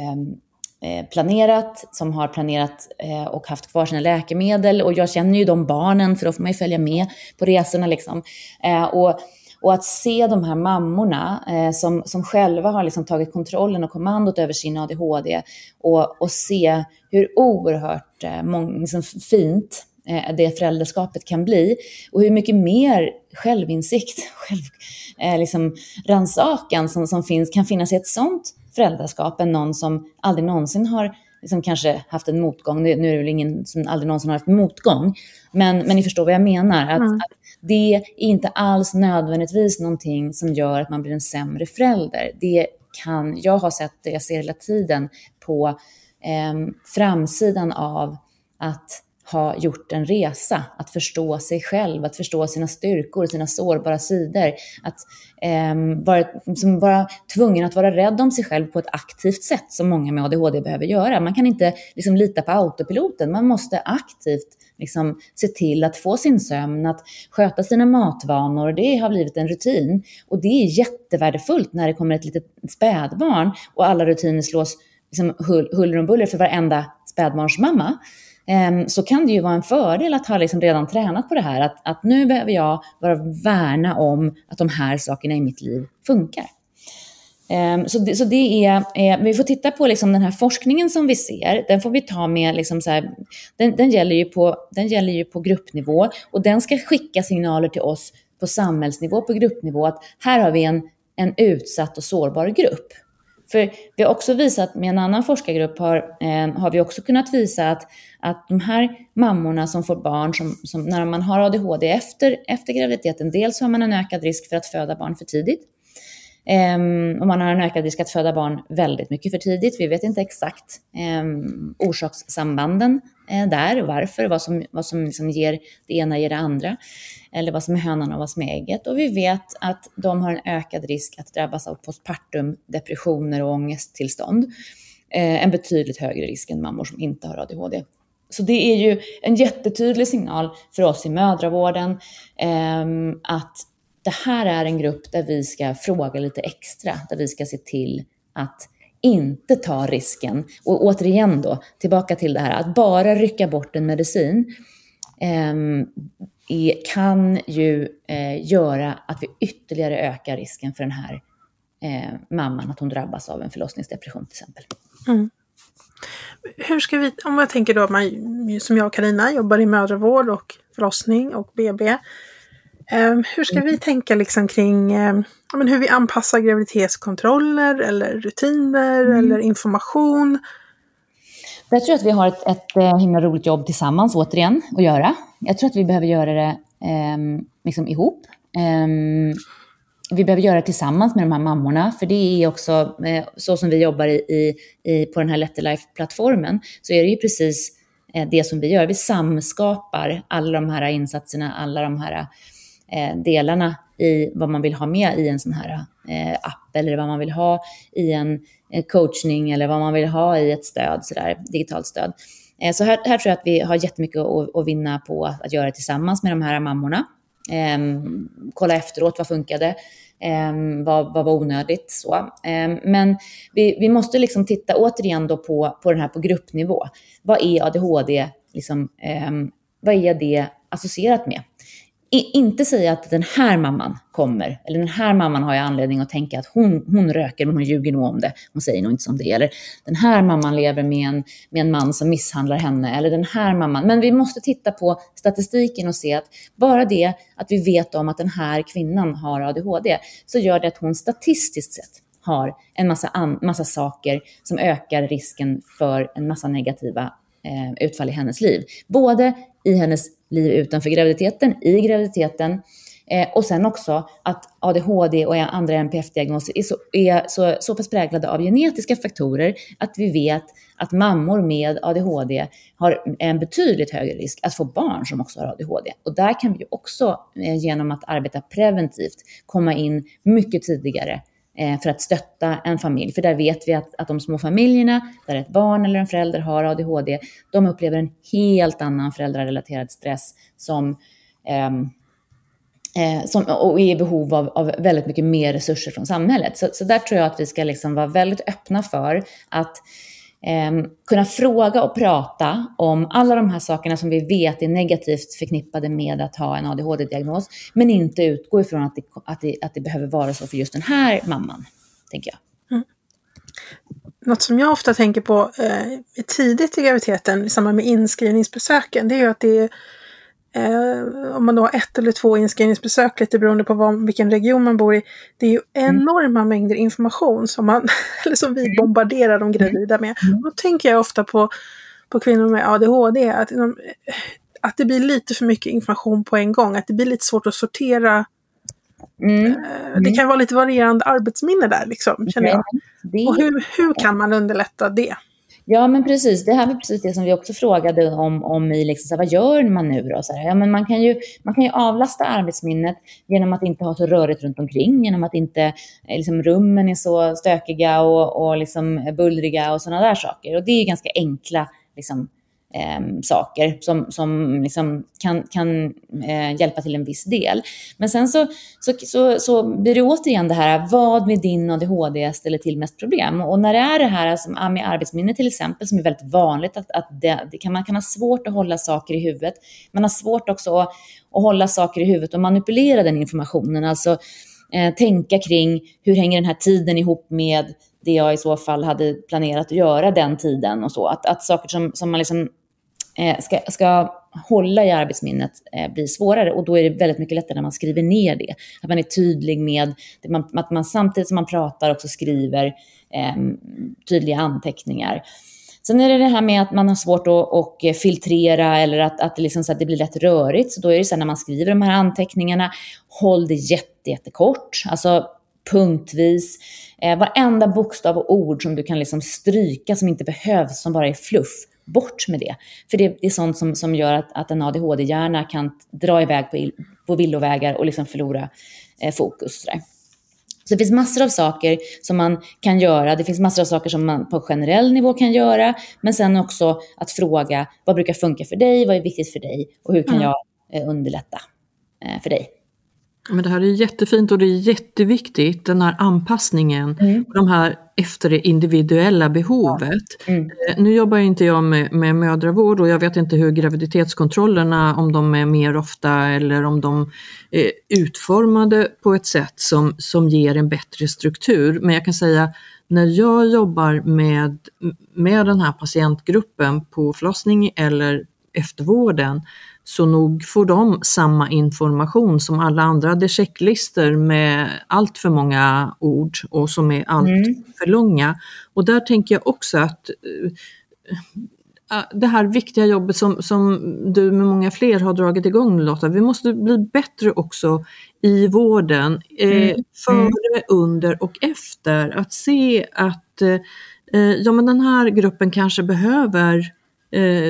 eh, planerat, som har planerat eh, och haft kvar sina läkemedel, och jag känner ju de barnen för då får man ju följa med på resorna liksom. Eh, och, och att se de här mammorna eh, som, som själva har liksom tagit kontrollen och kommandot över sin A D H D och, och se hur oerhört eh, mång, liksom fint det föräldraskapet kan bli och hur mycket mer självinsikt, själv, eh, liksom rannsakan som, som finns, kan finnas i ett sånt föräldraskap än någon som aldrig någonsin har liksom kanske haft en motgång. Nu, nu är det väl ingen som aldrig någonsin har haft motgång, men, men ni förstår vad jag menar. Att, mm. att det är inte alls nödvändigtvis någonting som gör att man blir en sämre förälder. Det kan, jag har sett det, jag ser hela tiden på eh, framsidan av att ha gjort en resa, att förstå sig själv, att förstå sina styrkor, sina sårbara sidor, att eh, vara, som vara tvungen att vara rädd om sig själv på ett aktivt sätt som många med A D H D behöver göra. Man kan inte liksom lita på autopiloten, man måste aktivt liksom se till att få sin sömn, att sköta sina matvanor. Det har blivit en rutin och det är jättevärdefullt när det kommer ett litet spädbarn och alla rutiner slås liksom huller om buller för varenda spädbarnsmamma. Så kan det ju vara en fördel att ha liksom redan tränat på det här. Att, att nu behöver jag bara värna om att de här sakerna i mitt liv funkar. Så det, så det är, vi får titta på liksom den här forskningen som vi ser. Den får vi ta med, liksom så här, den, den, gäller ju på, den gäller ju på gruppnivå. Och den ska skicka signaler till oss på samhällsnivå, på gruppnivå. Att här har vi en, en utsatt och sårbar grupp. För vi har också visat, med en annan forskargrupp har, eh, har vi också kunnat visa att, att de här mammorna som får barn, som, som när man har A D H D efter, efter graviditeten, dels har man en ökad risk för att föda barn för tidigt. Eh, och man har en ökad risk att föda barn väldigt mycket för tidigt. Vi vet inte exakt eh, orsakssambanden eh, där, varför, vad som, vad som liksom ger det ena ger det andra. Eller vad som är hönan och vad som är ägget. Och vi vet att de har en ökad risk att drabbas av postpartum, depressioner och ångesttillstånd. Eh, en betydligt högre risk än mammor som inte har A D H D. Så det är ju en jättetydlig signal för oss i mödravården eh, att det här är en grupp där vi ska fråga lite extra. Där vi ska se till att inte ta risken. Och återigen då, tillbaka till det här. Att bara rycka bort en medicin eh, kan ju eh, göra att vi ytterligare ökar risken för den här eh, mamman att hon drabbas av en förlossningsdepression till exempel. Mm. Hur ska vi, om jag tänker då att man, som jag och Carina jobbar i mödravård och förlossning och B B. Eh, hur ska mm. vi tänka liksom kring eh, men hur vi anpassar graviditetskontroller eller rutiner mm. eller information? Jag tror att vi har ett, ett himla roligt jobb tillsammans återigen att göra. Jag tror att vi behöver göra det eh, liksom ihop. Eh, vi behöver göra det tillsammans med de här mammorna. För det är också, eh, så som vi jobbar i, i, i, på den här Let the Life-plattformen, så är det ju precis eh, det som vi gör. Vi samskapar alla de här insatserna, alla de här eh, delarna i vad man vill ha med i en sån här eh, app. Eller vad man vill ha i en coachning eller vad man vill ha i ett stöd, sådär, digitalt stöd. Så här, här tror jag att vi har jättemycket att, att vinna på att, att göra tillsammans med de här mammorna. Um, kolla efteråt, vad funkade, um, vad, vad var onödigt så. Um, men vi, vi måste liksom titta återigen då på, på den här på gruppnivå. Vad är A D H D liksom, um, vad är det associerat med? I, inte säga att den här mamman kommer, eller den här mamman har jag anledning att tänka att hon, hon röker men hon ljuger nog om det, hon säger nog inte som det, eller den här mamman lever med en, med en man som misshandlar henne, eller den här mamman. Men vi måste titta på statistiken och se att bara det att vi vet om att den här kvinnan har A D H D, så gör det att hon statistiskt sett har en massa, an, massa saker som ökar risken för en massa negativa eh, utfall i hennes liv. Både i hennes liv utanför graviditeten, i graviditeten eh, och sen också att A D H D och andra N P F-diagnoser är, så, är så, så pass präglade av genetiska faktorer att vi vet att mammor med A D H D har en betydligt högre risk att få barn som också har A D H D. Och där kan vi också eh, genom att arbeta preventivt komma in mycket tidigare för att stötta en familj. För där vet vi att, att de små familjerna, där ett barn eller en förälder har A D H D, de upplever en helt annan föräldrarelaterad stress som, eh, eh, som och är i behov av, av väldigt mycket mer resurser från samhället. Så, så där tror jag att vi ska liksom vara väldigt öppna för att eh, kunna fråga och prata om alla de här sakerna som vi vet är negativt förknippade med att ha en A D H D-diagnos, men inte utgå ifrån att det, att det, att det behöver vara så för just den här mamman, tänker jag. Mm. Något som jag ofta tänker på eh, tidigt i graviditeten i samband med inskrivningsbesöken, det är ju att det är Eh, om man då har ett eller två inskrivningsbesök, lite beroende på vad, vilken region man bor i, det är ju enorma mm. mängder information som, man, eller som vi bombarderar de gravida med. Mm. Och då tänker jag ofta på, på kvinnor med A D H D, att, de, att det blir lite för mycket information på en gång, att det blir lite svårt att sortera. Mm. Eh, det kan vara lite varierande arbetsminne där, liksom, känner jag. Det... Och hur, hur kan man underlätta det? Ja, men precis. Det här var precis det som vi också frågade om, om i liksom, så här, vad gör man nu då? Så här, ja, men man kan ju, man kan ju avlasta arbetsminnet genom att inte ha så rörigt runt omkring, genom att inte liksom, rummen är så stökiga och, och liksom, bullriga och sådana där saker. Och det är ganska enkla liksom, eh, saker som, som liksom, kan, kan eh, hjälpa till en viss del. Men sen så, så, så, så blir det återigen det här, vad med din A D H D ställer till mest problem? Och när det är det här som med arbetsminne till exempel, som är väldigt vanligt, att, att det, det kan, man kan ha svårt att hålla saker i huvudet. Man har svårt också att, att hålla saker i huvudet och manipulera den informationen. Alltså eh, tänka kring hur hänger den här tiden ihop med det jag i så fall hade planerat att göra den tiden och så. Att, att saker som, som man liksom eh, ska, ska hålla i arbetsminnet eh, blir svårare, och då är det väldigt mycket lättare när man skriver ner det. Att man är tydlig med det, man, att man samtidigt som man pratar också skriver eh, tydliga anteckningar. Sen är det det här med att man har svårt att, att filtrera, eller att, att, det liksom så att det blir lätt rörigt. Så då är det så här, när man skriver de här anteckningarna, håll det jätte, jättekort. Alltså punktvis. Eh, varenda bokstav och ord som du kan liksom stryka, som inte behövs, som bara är fluff. Bort med det. För det, det är sånt som, som gör att, att en A D H D-hjärna kan dra iväg på, på villovägar och liksom förlora eh, fokus. Så, så det finns massor av saker som man kan göra. Det finns massor av saker som man på generell nivå kan göra. Men sen också att fråga, vad brukar funka för dig? Vad är viktigt för dig? Och hur kan mm. jag eh, underlätta eh, för dig? Men det här är jättefint och det är jätteviktigt, den här anpassningen, mm. och de här efter det individuella behovet. Mm. Nu jobbar inte jag med, med mödravård, och jag vet inte hur graviditetskontrollerna, om de är mer ofta eller om de är utformade på ett sätt som, som ger en bättre struktur. Men jag kan säga, när jag jobbar med, med den här patientgruppen på förlossning eller eftervården, så nog får de samma information som alla andra. Det är checklister med allt för många ord och som är allt mm. för långa. Och där tänker jag också att äh, det här viktiga jobbet som, som du med många fler har dragit igång, Lotta, vi måste bli bättre också i vården, eh, mm. före, under och efter. Att se att eh, ja, men den här gruppen kanske behöver eh,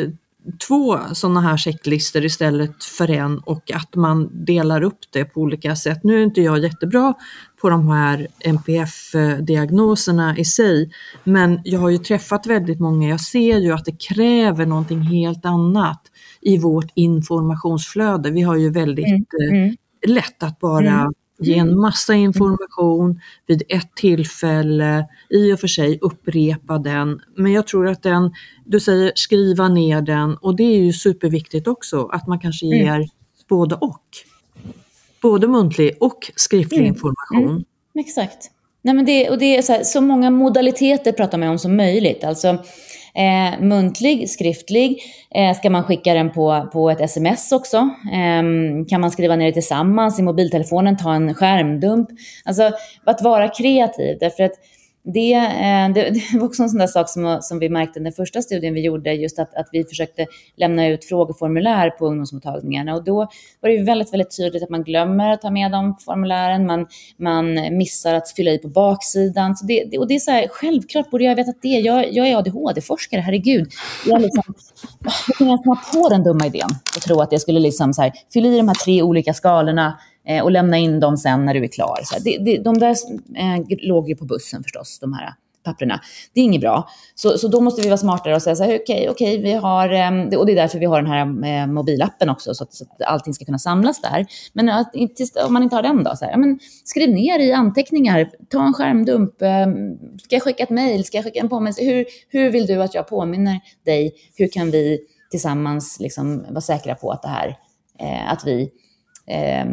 två sådana här checklister istället för en, och att man delar upp det på olika sätt. Nu är inte jag jättebra på de här N P F-diagnoserna i sig, men jag har ju träffat väldigt många. Jag ser ju att det kräver någonting helt annat i vårt informationsflöde. Vi har ju väldigt mm. Mm. lätt att bara mm. ge en massa information vid ett tillfälle, i och för sig upprepa den. Men jag tror att den, du säger skriva ner den, och det är ju superviktigt också, att man kanske ger mm. både och. Både muntlig och skriftlig mm. information. Mm. Exakt. Nej, men det, och det är så, här, så många modaliteter pratar man om som möjligt. Alltså eh, muntlig, skriftlig. Eh, ska man skicka den på, på ett sms också? Eh, kan man skriva ner det tillsammans i mobiltelefonen, ta en skärmdump? Alltså att vara kreativ. Därför att det, eh, det, det var också en sån där sak som, som vi märkte i den första studien vi gjorde. Just att, att vi försökte lämna ut frågeformulär på ungdomsmottagningarna. Och då var det ju väldigt, väldigt tydligt att man glömmer att ta med de formulären. Man, man missar att fylla i på baksidan. Så det, det, och det är så här, självklart borde jag veta att det. Jag, jag är A D H D-forskare, herregud. Jag liksom, hur kan jag komma på den dumma idén och tro att jag skulle liksom så här, fylla i de här tre olika skalorna och lämna in dem sen när du är klar. Så det, det, de där eh, låg ju på bussen förstås, de här papperna. Det är inget bra. Så, så då måste vi vara smartare och säga så här, okej, okej, vi har, eh, och det är därför vi har den här eh, mobilappen också, så att, så att allting ska kunna samlas där. Men att, om man inte har den då, så här, ja, men skriv ner i anteckningar, ta en skärmdump, eh, ska jag skicka ett mejl, ska jag skicka en påminnelse, hur, hur vill du att jag påminner dig? Hur kan vi tillsammans liksom vara säkra på att det här, eh, att vi eh,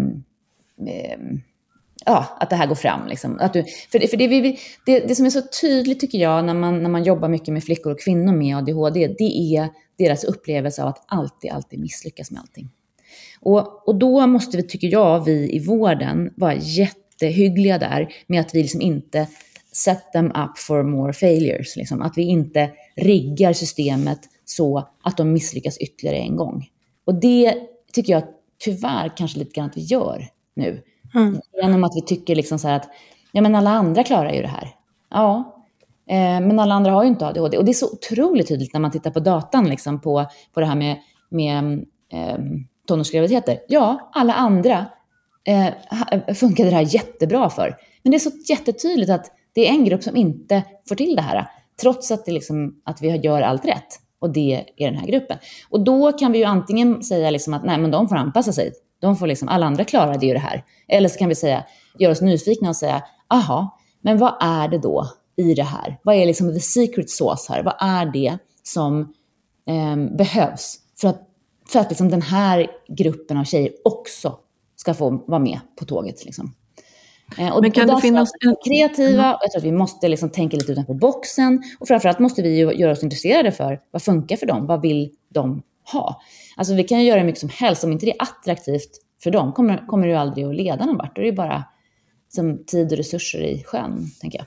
ja, att det här går fram liksom. Att du, för det, för det, vi, det, det som är så tydligt tycker jag när man, när man jobbar mycket med flickor och kvinnor med A D H D, det är deras upplevelse av att alltid, alltid misslyckas med allting. Och, och då måste vi, tycker jag, vi i vården vara jättehyggliga där med att vi liksom inte set them up for more failures. Liksom. Att vi inte riggar systemet så att de misslyckas ytterligare en gång. Och det tycker jag tyvärr kanske lite grann att vi gör nu. Mm. Genom att vi tycker liksom så här att ja, men alla andra klarar ju det här. Ja, eh, men alla andra har ju inte A D H D. Och det är så otroligt tydligt när man tittar på datan liksom, på, på det här med, med eh, tonårsgraviditeter. Ja, alla andra eh, funkade det här jättebra för. Men det är så jättetydligt att det är en grupp som inte får till det här. Trots att, det liksom, att vi gör allt rätt. Och det är den här gruppen. Och då kan vi ju antingen säga liksom att nej, men de får anpassa sig. De får liksom, alla andra klarade ju det här. Eller så kan vi säga, göra oss nyfikna och säga, aha, men vad är det då i det här? Vad är liksom the secret sauce här? Vad är det som eh, behövs för att, för att liksom den här gruppen av tjejer också ska få vara med på tåget liksom? Eh, och, men kan och det finnas en... kreativa, och jag tror att vi måste liksom tänka lite utanför boxen, och framförallt måste vi ju göra oss intresserade för vad funkar för dem, vad vill de ha? Alltså vi kan ju göra mycket som helst, om inte det är attraktivt för dem kommer, kommer det ju aldrig att leda någon vart. Då är det bara som tid och resurser i sjön, tänker jag.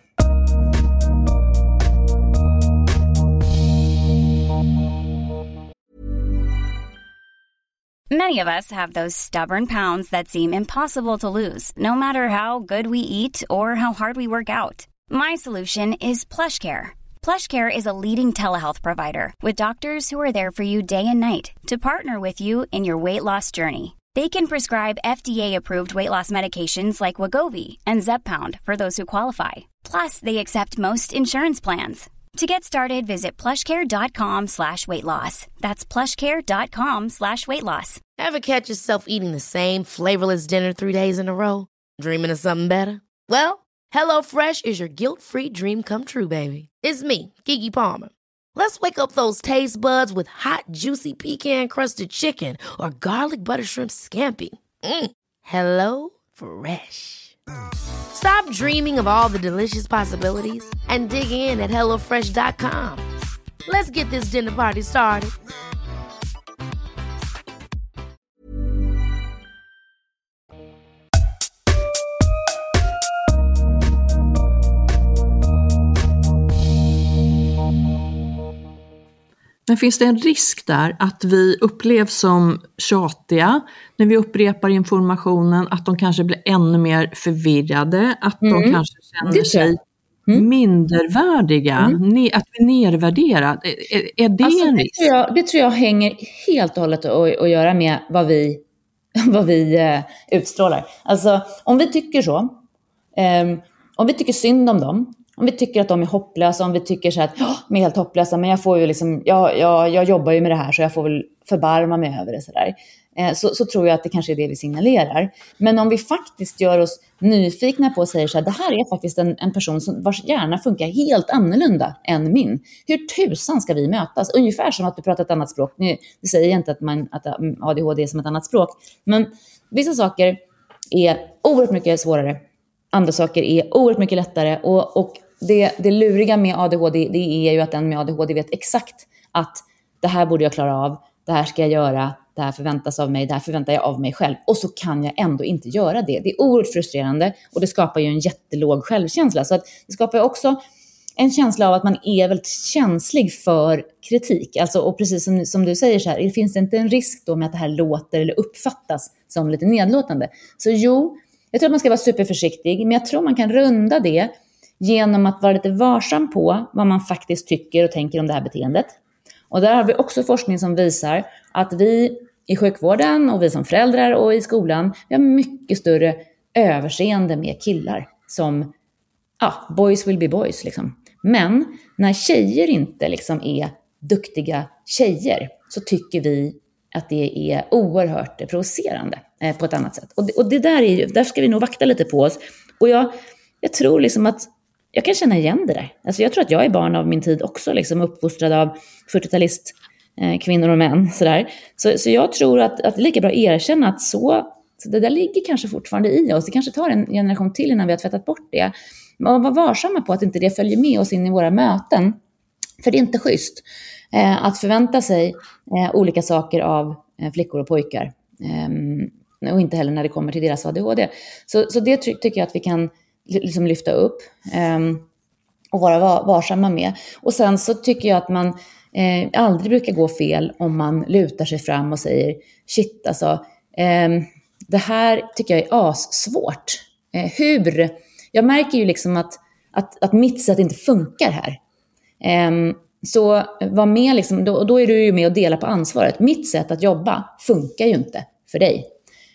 Many of us have those stubborn pounds that seem impossible to lose, no matter how good we eat or how hard we work out. My solution is PlushCare. PlushCare is a leading telehealth provider with doctors who are there for you day and night to partner with you in your weight loss journey. They can prescribe F D A-approved weight loss medications like Wegovy and Zepbound for those who qualify. Plus, they accept most insurance plans. To get started, visit plushcare.com slash weight loss. That's plushcare.com slash weight loss. Ever catch yourself eating the same flavorless dinner three days in a row? Dreaming of something better? Well, HelloFresh is your guilt-free dream come true, baby. It's me, Keke Palmer. Let's wake up those taste buds with hot, juicy pecan-crusted chicken or garlic butter shrimp scampi. Mm. Hello Fresh. Stop dreaming of all the delicious possibilities and dig in at hello fresh dot com. Let's get this dinner party started. Men finns det en risk där att vi upplevs som tjatiga när vi upprepar informationen, att de kanske blir ännu mer förvirrade, att mm. de kanske känner sig mm. mindervärdiga, mm. ne- att vi nervärderar, är, är det alltså, en det risk? Tror jag, det tror jag hänger helt och hållet att, att göra med vad vi, vad vi eh, utstrålar. Alltså om vi tycker så, eh, om vi tycker synd om dem, om vi tycker att de är hopplösa, om vi tycker så att oh, de är helt hopplösa, men jag får ju liksom, jag, jag, jag jobbar ju med det här så jag får väl förbarma mig över det sådär. Eh, så, så tror jag att det kanske är det vi signalerar. Men om vi faktiskt gör oss nyfikna på och säger så här, det här är faktiskt en, en person som, vars hjärna funkar helt annorlunda än min. Hur tusan ska vi mötas? Ungefär som att du pratar ett annat språk. Nu, det säger inte att, man, att A D H D är som ett annat språk. Men vissa saker är oerhört mycket svårare. Andra saker är oerhört mycket lättare. Och, och det, det luriga med A D H D, det är ju att den med A D H D vet exakt att det här borde jag klara av. Det här ska jag göra. Det här förväntas av mig, det här förväntar jag av mig själv. Och så kan jag ändå inte göra det. Det är oerhört frustrerande och det skapar ju en jättelåg självkänsla. Så att det skapar ju också en känsla av att man är väldigt känslig för kritik. Alltså, och precis som, som du säger så här, det finns inte en risk då med att det här låter eller uppfattas som lite nedlåtande. Så jo, jag tror att man ska vara superförsiktig, men jag tror man kan runda det genom att vara lite varsam på vad man faktiskt tycker och tänker om det här beteendet. Och där har vi också forskning som visar att vi i sjukvården och vi som föräldrar och i skolan, vi har mycket större överseende med killar som, ja, boys will be boys liksom. Men när tjejer inte liksom är duktiga tjejer så tycker vi att det är oerhört provocerande eh, på ett annat sätt. Och det, och det där är ju, där ska vi nog vakta lite på oss. Och jag, jag tror liksom att jag kan känna igen det där. Alltså jag tror att jag är barn av min tid också, liksom uppfostrad av fyrtiotalist eh, kvinnor och män. Sådär. Så, så jag tror att, att det är lika bra att erkänna att så, så det där ligger kanske fortfarande i oss. Det kanske tar en generation till innan vi har tvättat bort det. Men var varsamma på att inte det följer med oss in i våra möten. För det är inte schysst eh, att förvänta sig eh, olika saker av eh, flickor och pojkar. Eh, och inte heller när det kommer till deras A D H D. Så, så det ty- tycker jag att vi kan liksom lyfta upp um, och vara varsamma med. Och sen så tycker jag att man eh, aldrig brukar gå fel om man lutar sig fram och säger shit alltså, eh, det här tycker jag är assvårt. Eh, hur? Jag märker ju liksom att, att, att mitt sätt inte funkar här. Eh, så var med liksom, då, då är du ju med och delar på ansvaret. Mitt sätt att jobba funkar ju inte för dig.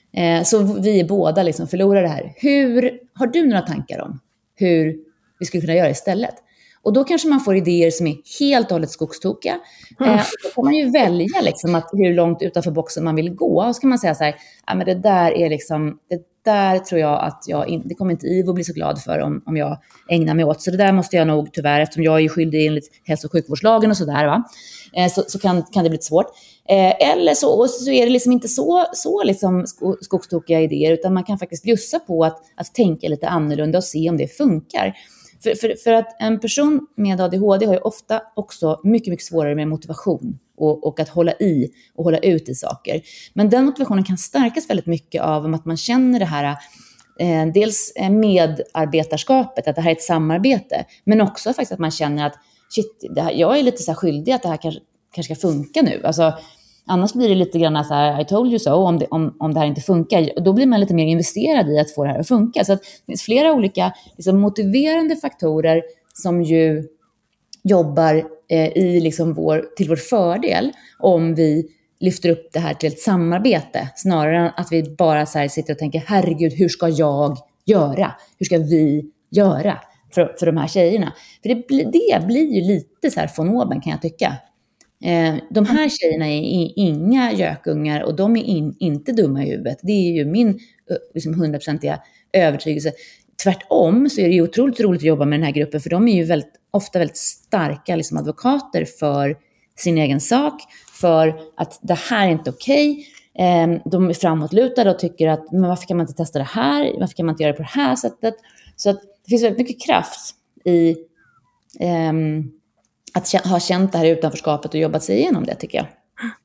Så vi är båda liksom förlorare här. Hur, har du några tankar om hur vi skulle kunna göra istället? Och då kanske man får idéer som är helt och hållet skogstokiga. Mm. Eh, då får man ju välja liksom att hur långt utanför boxen man vill gå. Och så kan man säga så här, ja, men det där är liksom, det där tror jag att jag in, det kommer inte Ivo bli så glad för om, om jag ägnar mig åt. Så det där måste jag nog tyvärr, eftersom jag är ju skyldig enligt hälso- och sjukvårdslagen och sådär va. Eh, så så kan, kan det bli lite svårt. Eh, eller så, så är det liksom inte så, så liksom skogstokiga idéer, utan man kan faktiskt bjussa på att, att tänka lite annorlunda och se om det funkar. För, för, för att en person med A D H D har ju ofta också mycket, mycket svårare med motivation och, och att hålla i och hålla ut i saker. Men den motivationen kan stärkas väldigt mycket av att man känner det här, eh, dels medarbetarskapet, att det här är ett samarbete, men också faktiskt att man känner att shit, det här, jag är lite så här skyldig att det här kanske, kanske ska funka nu. Alltså, annars blir det lite grann så här, I told you so, om det, om, om det här inte funkar. Då blir man lite mer investerad i att få det här att funka. Så att det finns flera olika liksom, motiverande faktorer som ju jobbar eh, i liksom vår, till vår fördel om vi lyfter upp det här till ett samarbete. Snarare än att vi bara så här sitter och tänker, herregud, hur ska jag göra? Hur ska vi göra för, för de här tjejerna? För det, det blir ju lite så här von oben, kan jag tycka. Eh, de här tjejerna är inga gökungar och de är in, inte dumma i huvudet. Det är ju min liksom, hundraprocentiga övertygelse. Tvärtom så är det ju otroligt roligt att jobba med den här gruppen, för de är ju väldigt, ofta väldigt starka liksom, advokater för sin egen sak, för att det här är inte okej. Eh, de är framåtlutade och tycker att men varför kan man inte testa det här? Varför kan man inte göra det på det här sättet? Så att det finns väldigt mycket kraft i eh, att ha känt det här utanförskapet och jobbat sig igenom det, tycker jag.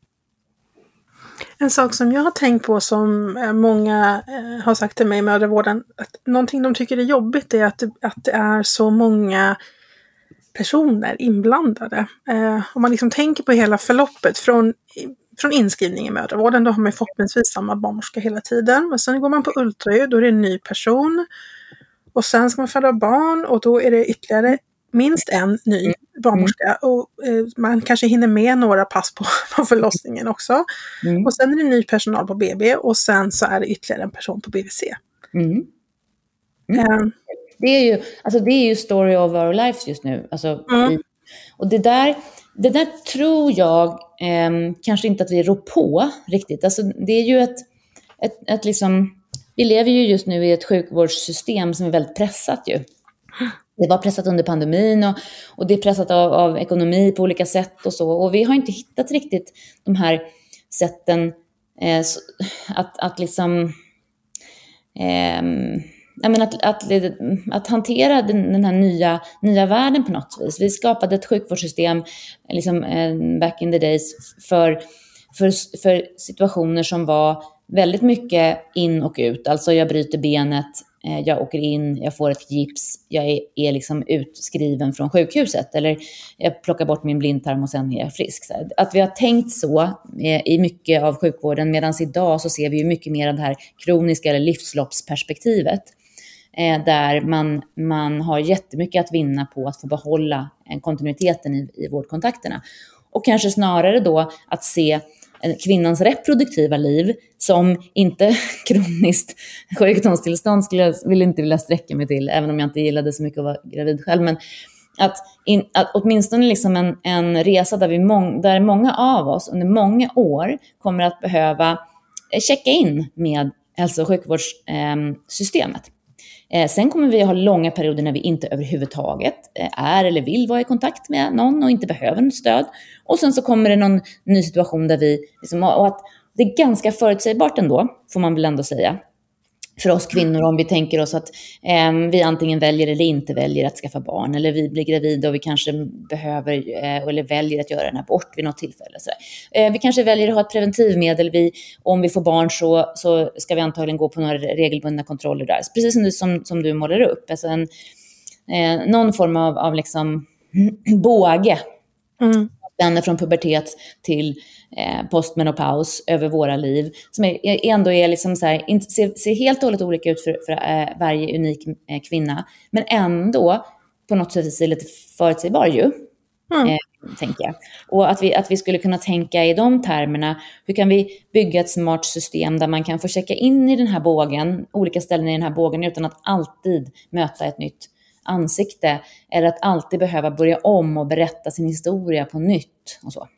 En sak som jag har tänkt på, som många eh, har sagt till mig i mödravården, att någonting de tycker är jobbigt är att, att det är så många personer inblandade. Eh, om man liksom tänker på hela förloppet från, från inskrivning i mödravården, då har man förhoppningsvis samma barnmorska hela tiden. Men sen går man på ultraljud, då är det en ny person. Och sen ska man föda barn och då är det ytterligare minst en ny mm. barnmorska. Och eh, man kanske hinner med några pass på, på förlossningen också. Mm. Och sen är det ny personal på B B och sen så är det ytterligare en person på B V C. Mm. Mm. Um, det är ju, alltså det är ju story of our lives just nu. Alltså, mm. i, och det där, det där tror jag eh, kanske inte att vi rår på riktigt. Alltså det är ju ett, ett, ett liksom, vi lever ju just nu i ett sjukvårdssystem som är väldigt pressat ju. Det var pressat under pandemin och, och det är pressat av, av ekonomi på olika sätt och så. Och vi har inte hittat riktigt de här sätten eh, att, att liksom... Eh, Jag menar att, att, att hantera den, den här nya, nya världen på något vis. Vi skapade ett sjukvårdssystem liksom, back in the days för, för, för situationer som var väldigt mycket in och ut. Alltså jag bryter benet, jag åker in, jag får ett gips, jag är, är liksom utskriven från sjukhuset. Eller jag plockar bort min blindtarm och sen är jag frisk. Så att vi har tänkt så i mycket av sjukvården, medan idag så ser vi ju mycket mer av det här kroniska eller livsloppsperspektivet. Där man, man har jättemycket att vinna på att få behålla kontinuiteten i, i vårdkontakterna. Och kanske snarare då att se kvinnans reproduktiva liv som inte kroniskt sjukdomstillstånd skulle jag vill inte vilja sträcka mig till, även om jag inte gillade så mycket att vara gravid själv. Men att, in, att åtminstone liksom en, en resa där, vi mång, där många av oss under många år kommer att behöva checka in med hälso- och sjukvårdssystemet. Eh, sen kommer vi att ha långa perioder när vi inte överhuvudtaget eh, är eller vill vara i kontakt med någon och inte behöver något stöd. Och sen så kommer det någon ny situation där vi, liksom, och att det är ganska förutsägbart ändå, får man väl ändå säga, för oss kvinnor, om vi tänker oss att eh, vi antingen väljer eller inte väljer att skaffa barn, eller vi blir gravida och vi kanske behöver eh, eller väljer att göra en abort vid något tillfälle. Så eh, vi kanske väljer att ha ett preventivmedel, vi, om vi får barn så, så ska vi antagligen gå på några regelbundna kontroller där. Precis som du, som, som du målar upp, alltså en, eh, någon form av, av liksom båge. Mm. Från pubertet till eh, postmenopaus över våra liv, som är, ändå är liksom så här, inte, ser, ser helt och hållet olika ut för, för eh, varje unik eh, kvinna, men ändå på något sätt är lite förutsägbar ju, mm. eh, tänker jag. Och att vi, att vi skulle kunna tänka i de termerna, hur kan vi bygga ett smart system där man kan få checka in i den här bågen, olika ställen i den här bågen, utan att alltid möta ett nytt ansikte, eller att alltid behöva börja om och berätta sin historia på nytt och så.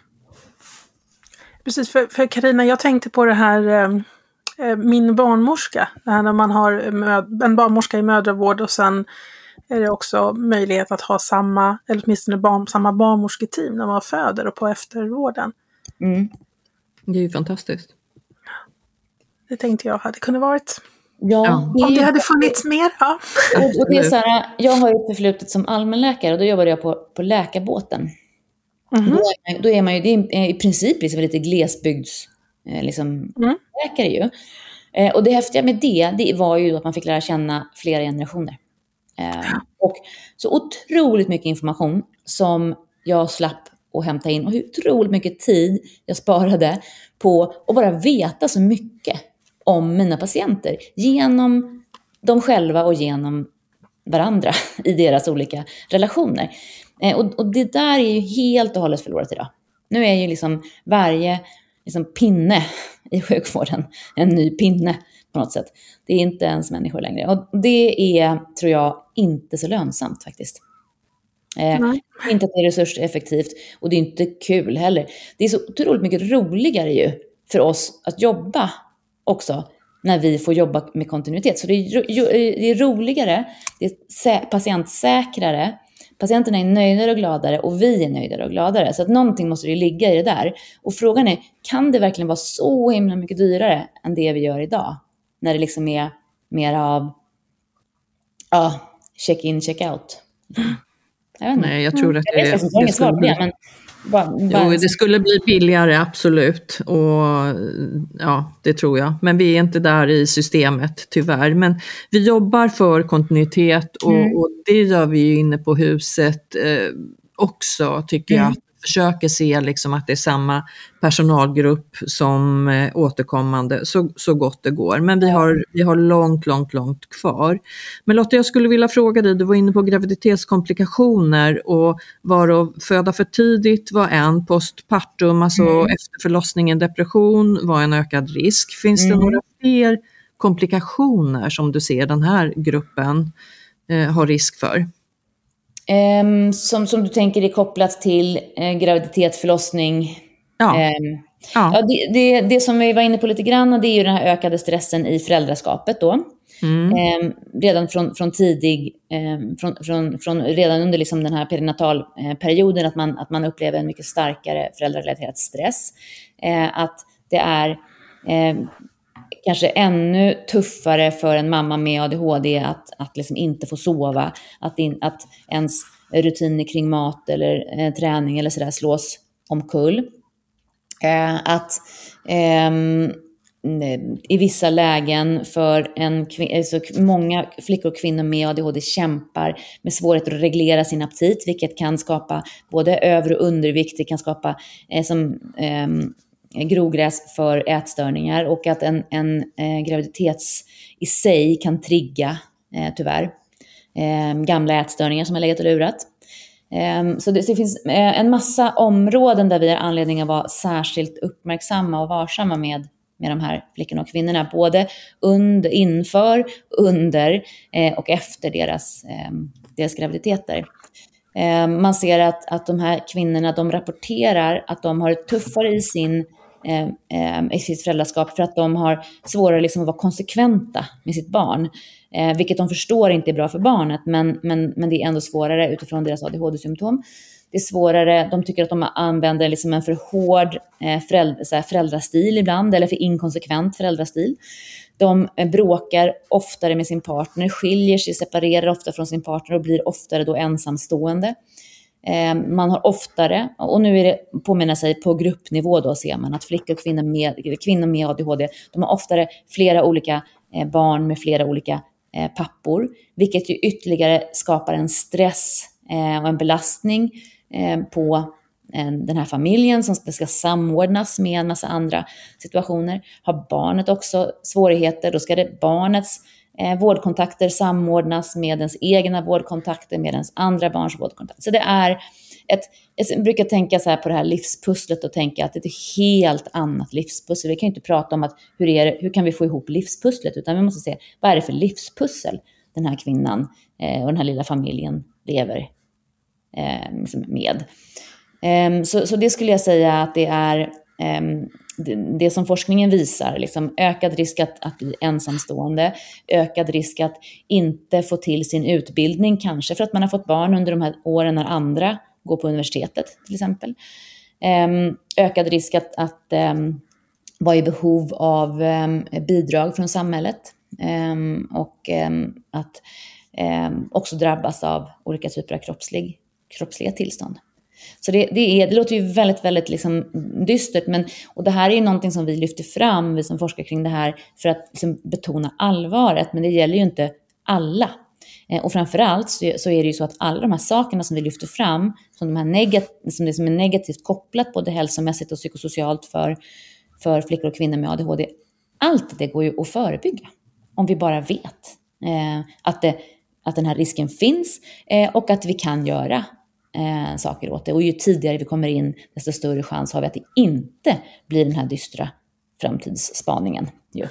Precis, för, för Carina, jag tänkte på det här eh, min barnmorska, det här när man har möd, en barnmorska i mödravård och sen är det också möjlighet att ha samma, eller åtminstone barn, samma barnmorsketeam när man föder och på eftervården. Mm. Det är ju fantastiskt. Det tänkte jag hade kunnat varit. Ja, det om det hade funnits mer, ja. Och, och det är så här, jag har ju förflutet som allmänläkare och då jobbade jag på, på läkarbåten. Mm-hmm. Då, är man, då är man ju, det är i princip liksom lite glesbygds eh, liksom, mm. läkare ju. Eh, och det häftiga med det, det var ju att man fick lära känna flera generationer. Eh, och så otroligt mycket information som jag slapp att hämta in, och hur otroligt mycket tid jag sparade på att bara veta så mycket om mina patienter genom dem själva och genom varandra i deras olika relationer. Eh, och, och det där är ju helt och hållet förlorat idag. Nu är ju liksom varje liksom pinne i sjukvården en ny pinne på något sätt. Det är inte ens människor längre. Och det är, tror jag, inte så lönsamt faktiskt. Eh, inte att det är resurseffektivt, och det är inte kul heller. Det är så otroligt mycket roligare ju för oss att jobba också när vi får jobba med kontinuitet. Så det är, det är roligare, det är patientsäkrare, patienterna är nöjdare och gladare och vi är nöjdare och gladare. Så att någonting måste ju ligga i det där. Och frågan är, kan det verkligen vara så himla mycket dyrare än det vi gör idag? När det liksom är mer av ja, check in, check out. Jag Nej, jag tror att det, jag vet, jag det, skulle bli, men bara, bara... Jo, det skulle bli billigare, absolut. Och ja, det tror jag. Men vi är inte där i systemet, tyvärr. Men vi jobbar för kontinuitet och, mm. och det gör vi ju inne på huset eh, också, tycker mm. jag. försöker se liksom att det är samma personalgrupp som eh, återkommande så, så gott det går. Men vi har, vi har långt, långt, långt kvar. Men Lotta, jag skulle vilja fråga dig, du var inne på graviditetskomplikationer och var att föda för tidigt var en, postpartum, alltså mm. efter förlossningen depression var en ökad risk. Finns mm. det några fler komplikationer som du ser den här gruppen eh, har risk för? Um, som, som du tänker är kopplat till eh, graviditet, förlossning. Ja. Um, ja. Ja, det, det, det som vi var inne på lite grann, det är ju den här ökade stressen i föräldraskapet då. Mm. Um, redan från, från tidig, um, från, från, från, redan under liksom den här perinatalperioden, att man, att man upplever en mycket starkare föräldrarelaterad stress. Uh, att det är um, kanske ännu tuffare för en mamma med A D H D att, att liksom inte få sova, att, in, att ens rutiner kring mat eller eh, träning eller sådär slås omkull. Eh, att eh, i vissa lägen för en kvin- alltså många flickor och kvinnor med A D H D kämpar med svårigheter att reglera sin aptit, vilket kan skapa både över- och undervikt, det kan skapa eh, som... Eh, grogräs för ätstörningar, och att en, en eh, graviditets i sig kan trigga eh, tyvärr eh, gamla ätstörningar som har legat och lurat. Eh, så det, det finns eh, en massa områden där vi har anledning att vara särskilt uppmärksamma och varsamma med, med de här flickorna och kvinnorna, både under, inför, under eh, och efter deras, eh, deras graviditeter. Eh, man ser att, att de här kvinnorna, de rapporterar att de har tuffare i sin Eh, eh, i sitt föräldraskap för att de har svårare liksom att vara konsekventa med sitt barn, eh, vilket de förstår inte är bra för barnet, men, men, men det är ändå svårare utifrån deras A D H D-symptom. Det är svårare, de tycker att de använder liksom en för hård eh, föräldra, så här, föräldrastil ibland, eller för inkonsekvent föräldrastil. De eh, bråkar oftare med sin partner, skiljer sig, separerar ofta från sin partner och blir oftare då ensamstående. Man har oftare, och nu är det påminna sig på gruppnivå, då ser man att flickor och kvinnor med, kvinnor med A D H D, de har oftare flera olika barn med flera olika pappor, vilket ju ytterligare skapar en stress och en belastning på den här familjen som ska samordnas med en massa andra situationer. Har barnet också svårigheter, då ska det barnets Eh, vårdkontakter samordnas med ens egna vårdkontakter, med ens andra barns vårdkontakter. Så det är ett, jag brukar tänka så här på det här livspusslet och tänka att det är ett helt annat livspussel. Vi kan ju inte prata om att hur, är det, hur kan vi få ihop livspusslet, utan vi måste se vad är det för livspussel den här kvinnan eh, och den här lilla familjen lever eh, liksom med. Eh, så, så det skulle jag säga att det är eh, det som forskningen visar, liksom ökad risk att, att bli ensamstående, ökad risk att inte få till sin utbildning, kanske för att man har fått barn under de här åren när andra går på universitetet till exempel. Um, ökad risk att, att um, vara i behov av um, bidrag från samhället um, och um, att um, också drabbas av olika typer av kroppslig, kroppsliga tillstånd. Så det, det, är, det låter ju väldigt, väldigt liksom dystert, men, och det här är ju någonting som vi lyfter fram, vi som forskar kring det här, för att liksom betona allvaret, men det gäller ju inte alla. Eh, och framförallt så, så är det ju så att alla de här sakerna som vi lyfter fram, som, de här negat- som det som är negativt kopplat både hälsomässigt och psykosocialt för, för flickor och kvinnor med A D H D, allt det går ju att förebygga om vi bara vet eh, att, det, att den här risken finns eh, och att vi kan göra Eh, saker åt det. Och ju tidigare vi kommer in, desto större chans har vi att det inte blir den här dystra framtidsspaningen. Jo.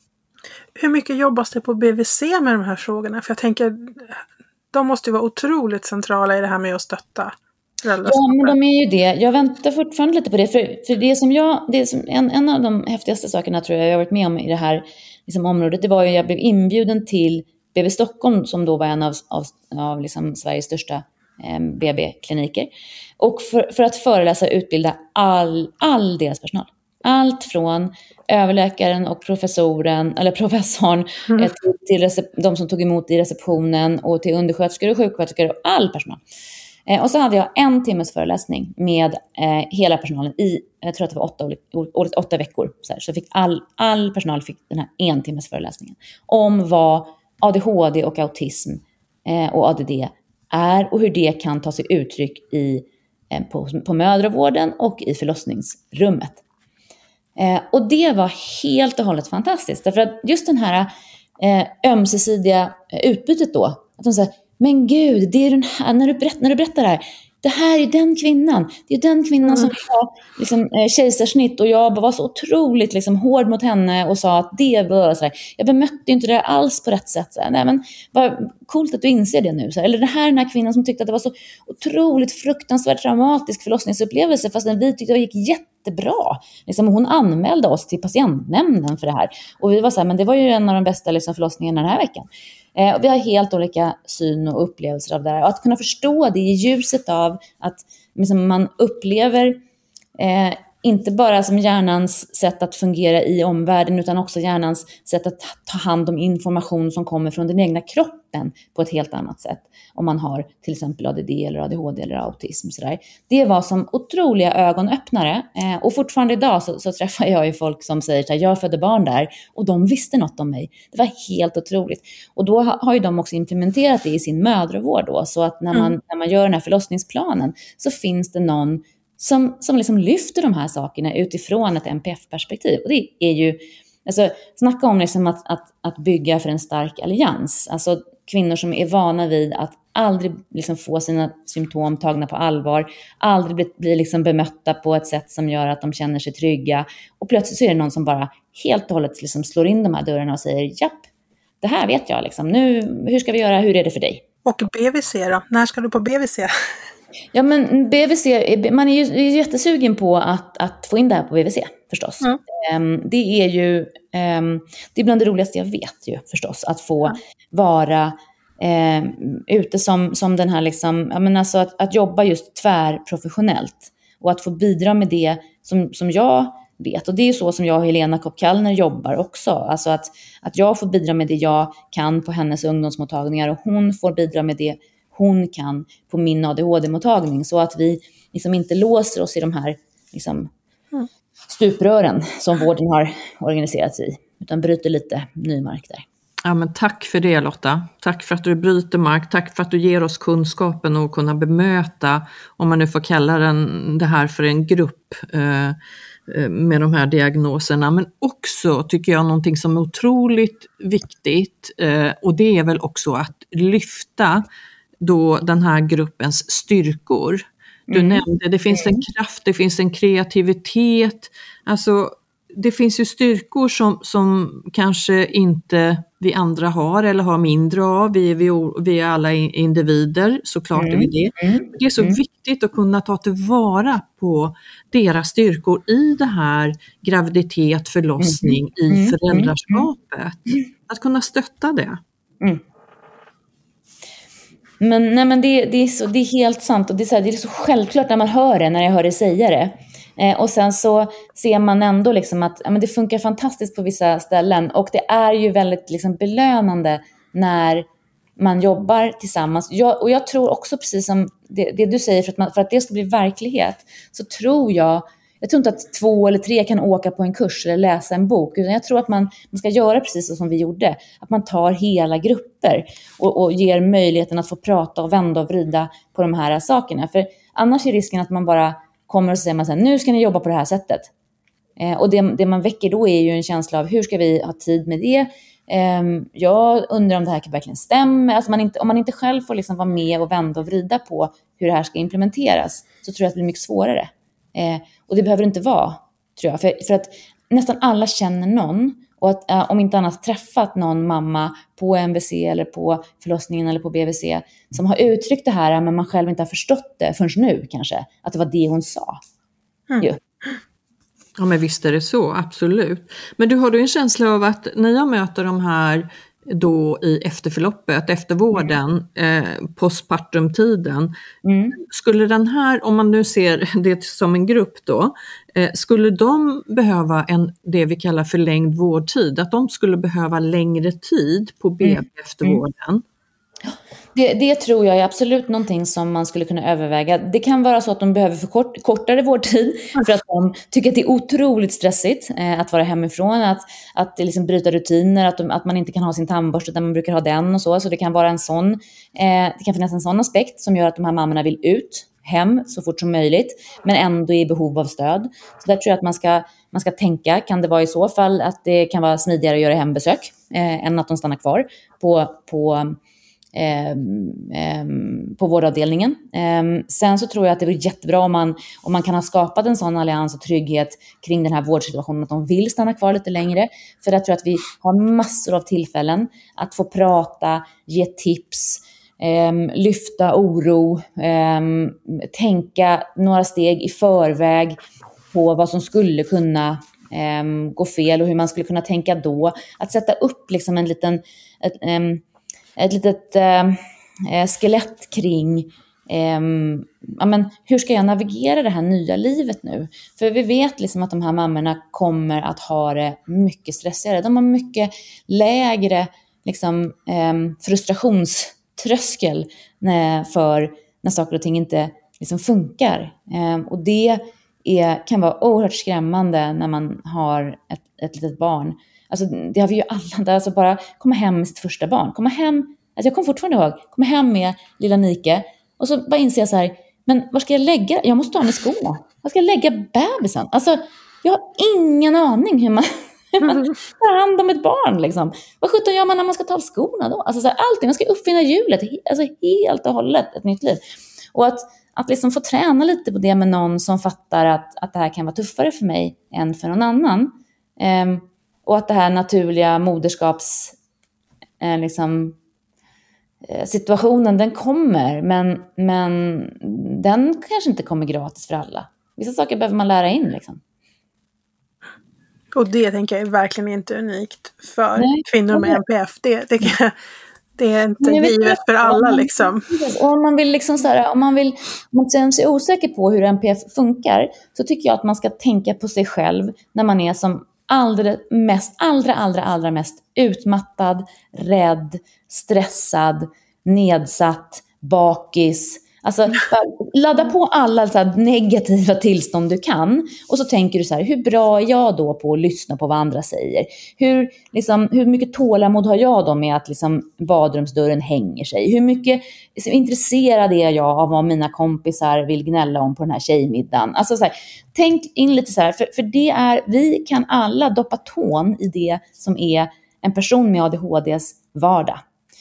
Hur mycket jobbas det på B V C med de här frågorna? För jag tänker, de måste ju vara otroligt centrala i det här med att stötta föräldraskapet. Ja, men de är ju det. Jag väntar fortfarande lite på det. För, för det som jag, det som en, en av de häftigaste sakerna tror jag jag har varit med om i det här liksom, området, det var ju att jag blev inbjuden till B B Stockholm, som då var en av, av, av liksom Sveriges största B B-kliniker, och för, för att föreläsa och utbilda all, all deras personal. Allt från överläkaren och professoren, eller professorn mm. till, till recep- de som tog emot i receptionen, och till undersköterskor och sjuksköterskor och all personal. Eh, och så hade jag en timmes föreläsning med eh, hela personalen i, jag tror att det var åtta, åtta, åtta veckor. Så, här, så fick all, all personal fick den här en timmes föreläsningen om vad A D H D och autism eh, och A D D är, och hur det kan ta sig uttryck i eh, på, på mödravården och i förlossningsrummet. Eh, och det var helt och hållet fantastiskt. Därför att just den här eh, ömsesidiga utbytet då. Att de säger, men gud, det är den här, när du berättar, när du berättar det här. Det här är den kvinnan. Det är den kvinnan mm. som var liksom, eh, kejsarsnitt. Och jag var så otroligt liksom, hård mot henne och sa att det var så här. Jag bemötte inte det alls på rätt sätt. Så här. Nej, men vad coolt att du inser det nu. Så här. Eller det här den här kvinnan som tyckte att det var så otroligt fruktansvärt traumatisk förlossningsupplevelse. Fast vi tyckte det gick jättebra. Liksom, hon anmälde oss till patientnämnden för det här. Och vi var så här, men det var ju en av de bästa liksom, förlossningarna den här veckan. Eh, och vi har helt olika syn och upplevelser av det här. Och att kunna förstå det i ljuset av att liksom, man upplever eh, inte bara som hjärnans sätt att fungera i omvärlden utan också hjärnans sätt att ta hand om information som kommer från den egna kroppen på ett helt annat sätt. Om man har till exempel A D D eller A D H D eller autism. Sådär. Det var som otroliga ögonöppnare. Eh, och fortfarande idag så, så träffar jag ju folk som säger att jag födde barn där och de visste något om mig. Det var helt otroligt. Och då ha, har ju de också implementerat det i sin mödravård då. Så att när man, mm. när man gör den här förlossningsplanen så finns det någon som, som liksom lyfter de här sakerna utifrån ett N P F-perspektiv. Och det är ju, alltså snacka om liksom att, att, att bygga för en stark allians. Alltså kvinnor som är vana vid att aldrig liksom få sina symptom tagna på allvar, aldrig bli, bli liksom bemötta på ett sätt som gör att de känner sig trygga. Och plötsligt så är det någon som bara helt och hållet liksom slår in de här dörrarna och säger, japp, det här vet jag liksom. Nu, hur ska vi göra? Hur är det för dig? Och B V C då? När ska du på B V C? Ja, men B V C, man är ju jättesugen på att, att få in det här på B V C förstås. Mm. Um, det är ju um, det är bland det roligaste jag vet ju förstås, att få mm. vara um, ute som, som den här liksom, jag menar alltså att, att jobba just tvärprofessionellt och att få bidra med det som, som jag vet. Och det är så som jag och Helena Kopp-Kallner jobbar också. Alltså att, att jag får bidra med det jag kan på hennes ungdomsmottagningar och hon får bidra med det hon kan på min A D H D-mottagning, så att vi liksom inte låser oss i de här liksom, mm. stuprören som vården har organiserats i, utan bryter lite ny mark där. Ja, men tack för det Lotta. Tack för att du bryter mark. Tack för att du ger oss kunskapen och kunna bemöta, om man nu får kalla den, det här för en grupp eh, med de här diagnoserna. Men också tycker jag någonting som är otroligt viktigt eh, och det är väl också att lyfta då den här gruppens styrkor. Du mm. nämnde, det finns en kraft, det finns en kreativitet. Alltså det finns ju styrkor som, som kanske inte vi andra har eller har mindre av. Vi är, vi, vi är alla individer, såklart mm. är vi det. Mm. Det är så mm. viktigt att kunna ta tillvara på deras styrkor i det här graviditet, förlossning, mm. i föräldraskapet. Mm. Att kunna stötta det. Mm. Men, nej, men det, det, är så, det är helt sant och det är, så här, det är så självklart när man hör det, när jag hör det säga det. Eh, och sen så ser man ändå liksom att ja, men det funkar fantastiskt på vissa ställen och det är ju väldigt liksom, belönande när man jobbar tillsammans. Jag, och jag tror också precis som det, det du säger, för att, man, för att det ska bli verklighet så tror jag Jag tror inte att två eller tre kan åka på en kurs eller läsa en bok. Utan jag tror att man, man ska göra precis så som vi gjorde. Att man tar hela grupper och, och ger möjligheten att få prata och vända och vrida på de här sakerna. För annars är risken att man bara kommer och säger man så här, nu ska ni jobba på det här sättet. Eh, och det, det man väcker då är ju en känsla av hur ska vi ha tid med det? Eh, jag undrar om det här kan verkligen stämma. Alltså man inte, om man inte själv får liksom vara med och vända och vrida på hur det här ska implementeras så tror jag att det blir mycket svårare. Eh, och det behöver det inte vara, tror jag. För, för att nästan alla känner någon. Och att, eh, om inte annat träffat någon mamma på M V C eller på förlossningen eller på B V C som har uttryckt det här men man själv inte har förstått det förrän nu kanske. Att det var det hon sa. Mm. Jo. Ja, men visst är det så, absolut. Men du har du en känsla av att när jag möter de här då i efterförloppet, eftervården, mm. eh, postpartumtiden, mm. skulle den här, om man nu ser det som en grupp då, eh, skulle de behöva en, det vi kallar förlängd vårdtid, att de skulle behöva längre tid på B B-eftervården? Mm. Det, det tror jag är absolut någonting som man skulle kunna överväga. Det kan vara så att de behöver för kort, kortare vårdtid för att de tycker att det är otroligt stressigt eh, att vara hemifrån, att, att liksom bryta rutiner, att, de, att man inte kan ha sin tandborste där man brukar ha den och så. Så det kan vara en sån, eh, det kan finnas en sån aspekt som gör att de här mammorna vill ut hem så fort som möjligt, men ändå i behov av stöd. Så där tror jag att man ska, man ska tänka, kan det vara i så fall att det kan vara smidigare att göra hembesök eh, än att de stannar kvar på, på, eh, eh, på vårdavdelningen. Eh, sen så tror jag att det är jättebra om man, om man kan ha skapat en sån allians och trygghet kring den här vårdsituationen, att de vill stanna kvar lite längre. För jag tror att vi har massor av tillfällen att få prata, ge tips, Um, lyfta oro, um, tänka några steg i förväg på vad som skulle kunna um, gå fel och hur man skulle kunna tänka då. Att sätta upp liksom en liten, ett, um, ett litet um, skelett kring um, ja, men hur ska jag navigera det här nya livet nu? För vi vet liksom att de här mammorna kommer att ha det mycket stressigare. De har mycket lägre liksom, um, frustrations tröskel för när saker och ting inte liksom funkar. Och det är, kan vara oerhört skrämmande när man har ett, ett litet barn. Alltså, det har vi ju alla. Alltså bara komma hem med sitt första barn. Komma hem, alltså jag kommer fortfarande ihåg, komma hem med lilla Nike och så bara inser jag så här, men var ska jag lägga? Jag måste ha med skorna. Var ska jag lägga bebisen? Alltså, jag har ingen aning hur man man tar hand om ett barn liksom. Vad sjutton gör man när man ska ta av skorna då? Alltså så här, allting, man ska uppfinna hjulet, alltså helt och hållet ett nytt liv. Och att, att liksom få träna lite på det med någon som fattar att, att det här kan vara tuffare för mig än för någon annan. Um, och att det här naturliga moderskaps eh, liksom, eh, situationen, den kommer, men, men den kanske inte kommer gratis för alla. Vissa saker behöver man lära in liksom. Och det tänker jag är verkligen inte unikt för Nej. kvinnor med N P F. Det, det, det är inte givet för alla liksom. Och om man vill liksom så här, om man vill, om man känner sig osäker på hur N P F funkar, så tycker jag att man ska tänka på sig själv när man är som allra mest, allra, allra, allra mest utmattad, rädd, stressad, nedsatt, bakis. Alltså ladda på alla så här negativa tillstånd du kan, och så tänker du så här, hur bra är jag då på att lyssna på vad andra säger? Hur, liksom, hur mycket tålamod har jag då med att liksom, badrumsdörren hänger sig? Hur mycket liksom, intresserad är jag av vad mina kompisar vill gnälla om på den här tjejmiddagen? Alltså så här, tänk in lite så här, för, för det är, vi kan alla doppa tån i det som är en person med A D H D:s vardag.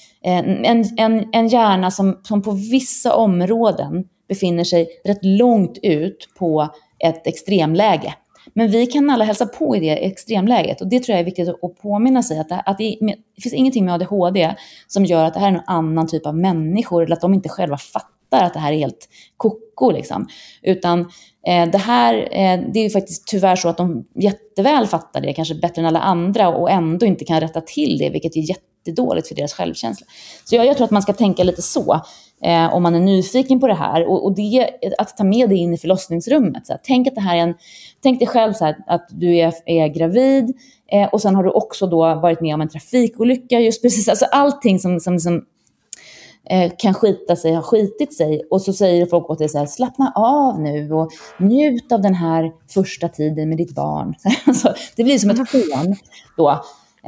En, en, en hjärna som, som på vissa områden befinner sig rätt långt ut på ett extremläge. Men vi kan alla hälsa på i det extremläget. Och det tror jag är viktigt att påminna sig. Att det, att det, det finns ingenting med A D H D som gör att det här är en annan typ av människor. Eller att de inte själva fattar att det här är helt koko. Liksom. Utan eh, det här, eh, det är ju faktiskt tyvärr så att de jätteväl fattar det. Kanske bättre än alla andra. Och ändå inte kan rätta till det. Vilket är jättedåligt för deras självkänsla. Så jag, jag tror att man ska tänka lite så. Eh, om man är nyfiken på det här. Och, och det, att ta med det in i förlossningsrummet. Så här, tänk att det här är en... Tänk dig själv så här, att du är, är gravid eh, och sen har du också då varit med om en trafikolycka. Just precis, alltså allting som, som, som eh, kan skita sig har skitit sig. Och så säger folk åt dig så här, slappna av nu och njut av den här första tiden med ditt barn. Alltså, det blir som ett hån då.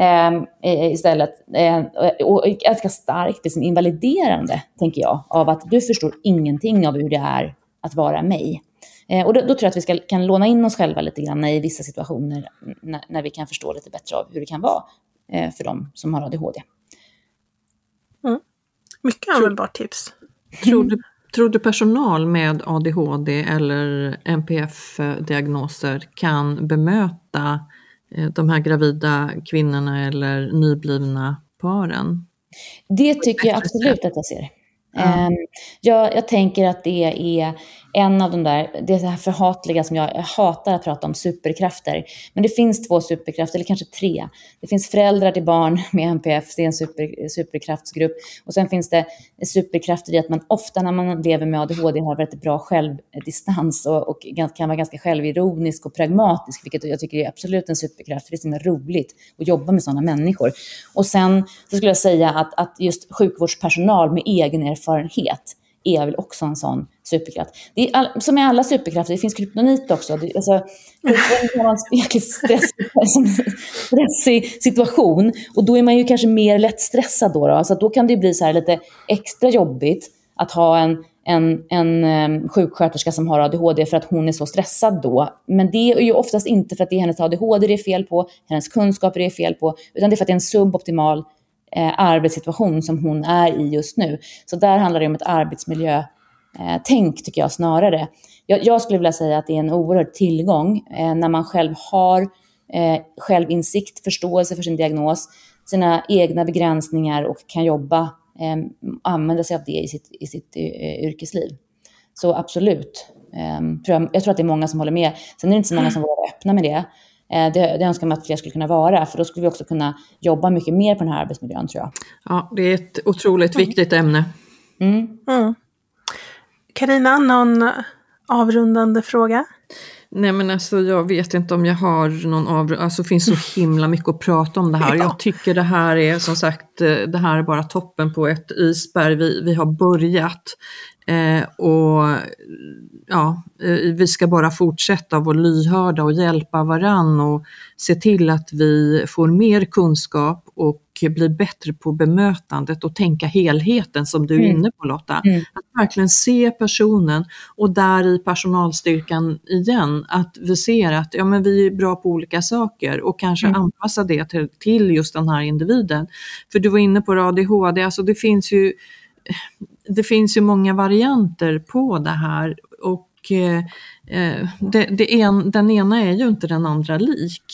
Eh, istället eh, och ganska starkt liksom invaliderande, tänker jag, av att du förstår ingenting av hur det är att vara mig. Eh, och då, då tror jag att vi ska, kan låna in oss själva lite grann i vissa situationer när, när vi kan förstå lite bättre av hur det kan vara eh, för dem som har A D H D. Mm. Mycket användbart tips. Tror du, tror du personal med A D H D eller N P F-diagnoser kan bemöta de här gravida kvinnorna eller nyblivna paren? Det tycker jag absolut att jag ser. Ja. Um, jag, jag tänker att det är en av de där, det här förhatliga som jag, jag hatar att prata om, superkrafter. Men det finns två superkrafter, eller kanske tre. Det finns föräldrar till barn med N P F, det är en super, superkraftsgrupp. Och sen finns det superkrafter i att man ofta när man lever med A D H D har väldigt bra självdistans och, och kan vara ganska självironisk och pragmatisk, vilket jag tycker är absolut en superkraft. Det är så himla roligt att jobba med sådana människor. Och sen så skulle jag säga att, att just sjukvårdspersonal med egen erfarenhet är väl också en sån superkraft. Det är all, som med alla superkrafter, det finns kryptonit också. Det, alltså, det är en jäkligt stressig, stressig situation. Och då är man ju kanske mer lätt stressad då. då. Alltså, då kan det bli så här lite extra jobbigt att ha en, en, en um, sjuksköterska som har A D H D för att hon är så stressad då. Men det är ju oftast inte för att det är hennes A D H D det är fel på, hennes kunskaper det är fel på, utan det är för att det är en suboptimal eh, arbetssituation som hon är i just nu. Så där handlar det om ett arbetsmiljötänk eh, tycker jag snarare. Jag, jag skulle vilja säga att det är en oerhörd tillgång eh, när man själv har eh, självinsikt, förståelse för sin diagnos, sina egna begränsningar och kan jobba, eh, använda sig av det i sitt, i sitt eh, yrkesliv. Så absolut. Eh, tror jag, jag tror att det är många som håller med. Sen är det inte så många som vågar öppna med det. Eh, det. Det önskar man att fler skulle kunna vara, för då skulle vi också kunna jobba mycket mer på den här arbetsmiljön, tror jag. Ja, det är ett otroligt mm. viktigt ämne. Mm. Mm. Carina, någon avrundande fråga? Nej, men alltså jag vet inte om jag har någon av, alltså det finns så himla mycket att prata om det här. Ja. Jag tycker det här är som sagt, det här är bara toppen på ett isberg. Vi, vi har börjat eh, och ja, vi ska bara fortsätta vara lyhörda och hjälpa varann och se till att vi får mer kunskap och blir bättre på bemötandet och tänka helheten som du är inne på, Lotta. Mm. Att verkligen se personen och där i personalstyrkan igen att vi ser att ja, men vi är bra på olika saker och kanske mm. anpassa det till, till just den här individen. För du var inne på A D H D, alltså det finns ju det finns ju många varianter på det här och eh, det, det en, den ena är ju inte den andra lik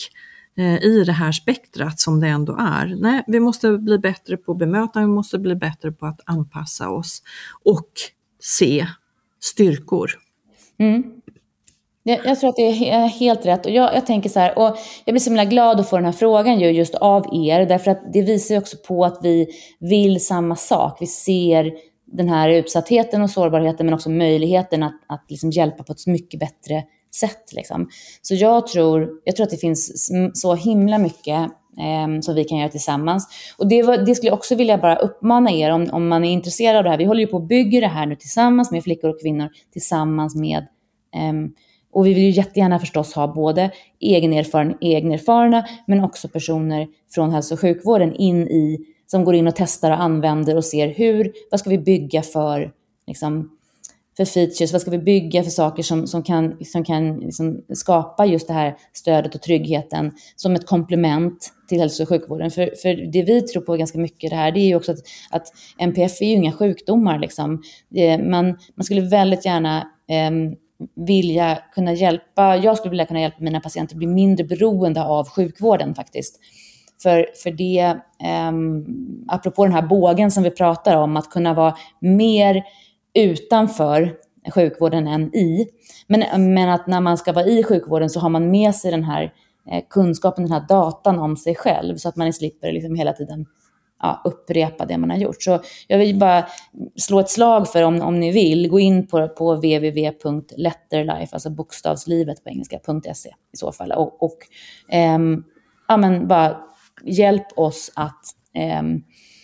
i det här spektrat som det ändå är. Nej, vi måste bli bättre på bemötande, vi måste bli bättre på att anpassa oss och se styrkor. Mm. Jag, jag tror att det är helt rätt. Och jag, jag tänker så här, och jag blir så himla glad att få den här frågan just av er, därför att det visar också på att vi vill samma sak. Vi ser den här utsattheten och sårbarheten, men också möjligheten att, att liksom hjälpa på ett mycket bättre sätt. Liksom. Så jag tror, jag tror att det finns så himla mycket eh, som vi kan göra tillsammans. Och det, var, det skulle jag också vilja bara uppmana er om, om man är intresserad av det här. Vi håller ju på att bygga det här nu tillsammans med flickor och kvinnor, tillsammans med eh, och vi vill ju jättegärna förstås ha både egenerfaren, egenerfarna men också personer från hälso- och sjukvården in i, som går in och testar och använder och ser hur, vad ska vi bygga för liksom, för features, vad ska vi bygga för saker som, som kan, som kan liksom skapa just det här stödet och tryggheten som ett komplement till hälso- och sjukvården. För, för det vi tror på ganska mycket det här, det är ju också att, att N P F är ju inga sjukdomar. Liksom. Det, man, man skulle väldigt gärna eh, vilja kunna hjälpa, jag skulle vilja kunna hjälpa mina patienter att bli mindre beroende av sjukvården faktiskt. För, för det, eh, apropå den här bågen som vi pratar om, att kunna vara mer utanför sjukvården än i. Men, men att när man ska vara i sjukvården så har man med sig den här eh, kunskapen, den här datan om sig själv, så att man slipper liksom hela tiden ja, upprepa det man har gjort. Så jag vill bara slå ett slag för, om, om ni vill, gå in på, på w w w punkt letterlife, alltså bokstavslivet på engelska, .se i så fall. Och, och ehm, ja, men bara hjälp oss att ehm,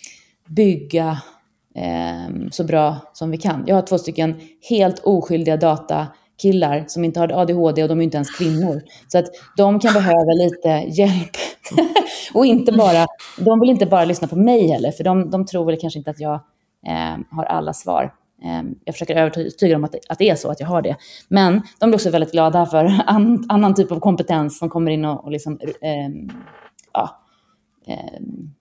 bygga ehm, så bra som vi kan. Jag har två stycken helt oskyldiga datakillar som inte har A D H D och de är inte ens kvinnor. Så att de kan behöva lite hjälp. Och inte bara, de vill inte bara lyssna på mig heller, för de, de tror väl kanske inte att jag eh, har alla svar. Eh, jag försöker övertyga dem att det, att det är så, att jag har det. Men de blir också väldigt glada för an, annan typ av kompetens som kommer in och, och liksom, eh, ja, eh,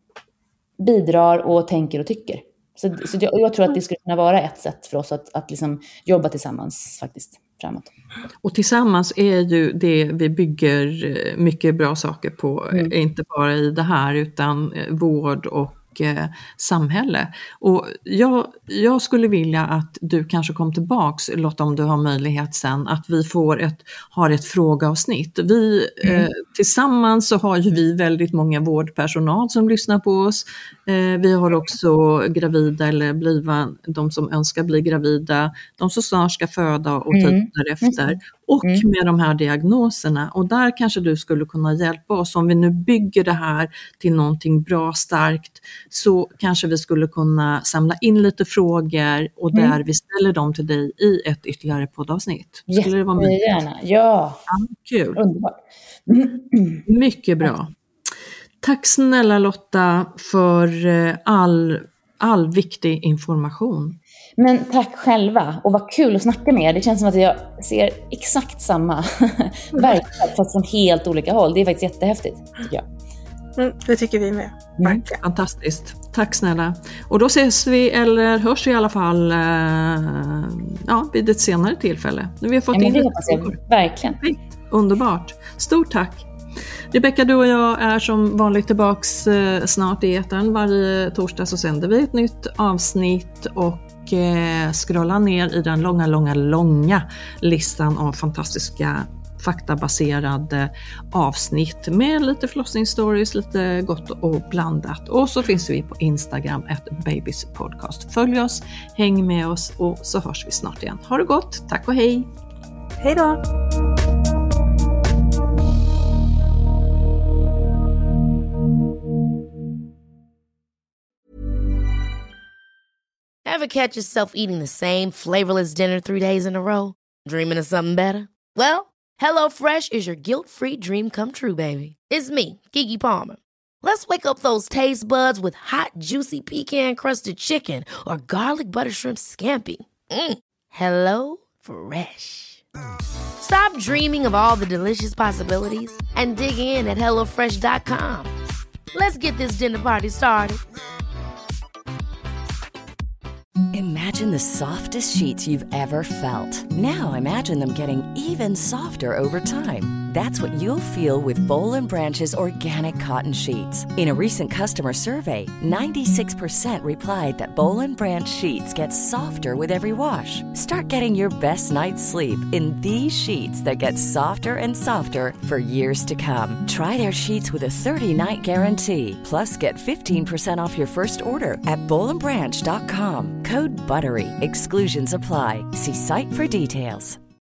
bidrar och tänker och tycker. Så, så jag, jag tror att det skulle kunna vara ett sätt för oss att, att liksom jobba tillsammans faktiskt framåt. Och tillsammans är ju det vi bygger mycket bra saker på, mm. inte bara i det här utan vård och eh, samhälle. Och jag, jag skulle vilja att du kanske kom tillbaks, Lotta, om du har möjlighet sen, att vi får ett, har ett frågeavsnitt. Vi, mm. eh, tillsammans så har ju vi väldigt många vårdpersonal som lyssnar på oss. Eh, vi har också gravida eller bliva, de som önskar bli gravida, de som snart ska föda och mm. tid därefter. Och mm. med de här diagnoserna. Och där kanske du skulle kunna hjälpa oss. Om vi nu bygger det här till någonting bra, starkt, så kanske vi skulle kunna samla in lite frågor och mm. där vi ställer dem till dig i ett ytterligare poddavsnitt. Skulle det vara möjligt? Gärna. Ja. ja, kul. Underbart. Mycket bra. Tack snälla Lotta för all, all viktig information. Men tack själva, och vad kul att snacka med er. Det känns som att jag ser exakt samma verklighet fast från helt olika håll. Det är faktiskt jättehäftigt, tycker jag. Mm, det tycker vi med. Mm, fantastiskt. Tack snälla. Och då ses vi, eller hörs vi i alla fall eh, ja, vid ett senare tillfälle. Nu vi har fått ja, in det hoppas jag, verkligen. Underbart. Stort tack. Rebecka, du och jag är som vanligt tillbaks eh, snart i etern. Varje torsdag så sänder vi ett nytt avsnitt och eh, scrolla ner i den långa, långa, långa listan av fantastiska faktabaserade avsnitt med lite förlossningsstories, lite gott och blandat. Och så finns vi på Instagram at Babys Podcast. Följ oss, häng med oss och så hörs vi snart igen. Ha det gott, tack och hej! Hej då! Ever catch yourself eating the same flavorless dinner three days in a row? Dreaming of something better? Well, HelloFresh is your guilt-free dream come true, baby. It's me, Keke Palmer. Let's wake up those taste buds with hot, juicy pecan-crusted chicken or garlic butter shrimp scampi. Mm. Hello Fresh. Stop dreaming of all the delicious possibilities and dig in at hello fresh dot com. Let's get this dinner party started. Imagine the softest sheets you've ever felt. Now imagine them getting even softer over time. That's what you'll feel with Boll and Branch's organic cotton sheets. In a recent customer survey, ninety-six percent replied that Boll and Branch sheets get softer with every wash. Start getting your best night's sleep in these sheets that get softer and softer for years to come. Try their sheets with a thirty-night guarantee. Plus, get fifteen percent off your first order at boll and branch dot com. Code BUTTERY. Exclusions apply. See site for details.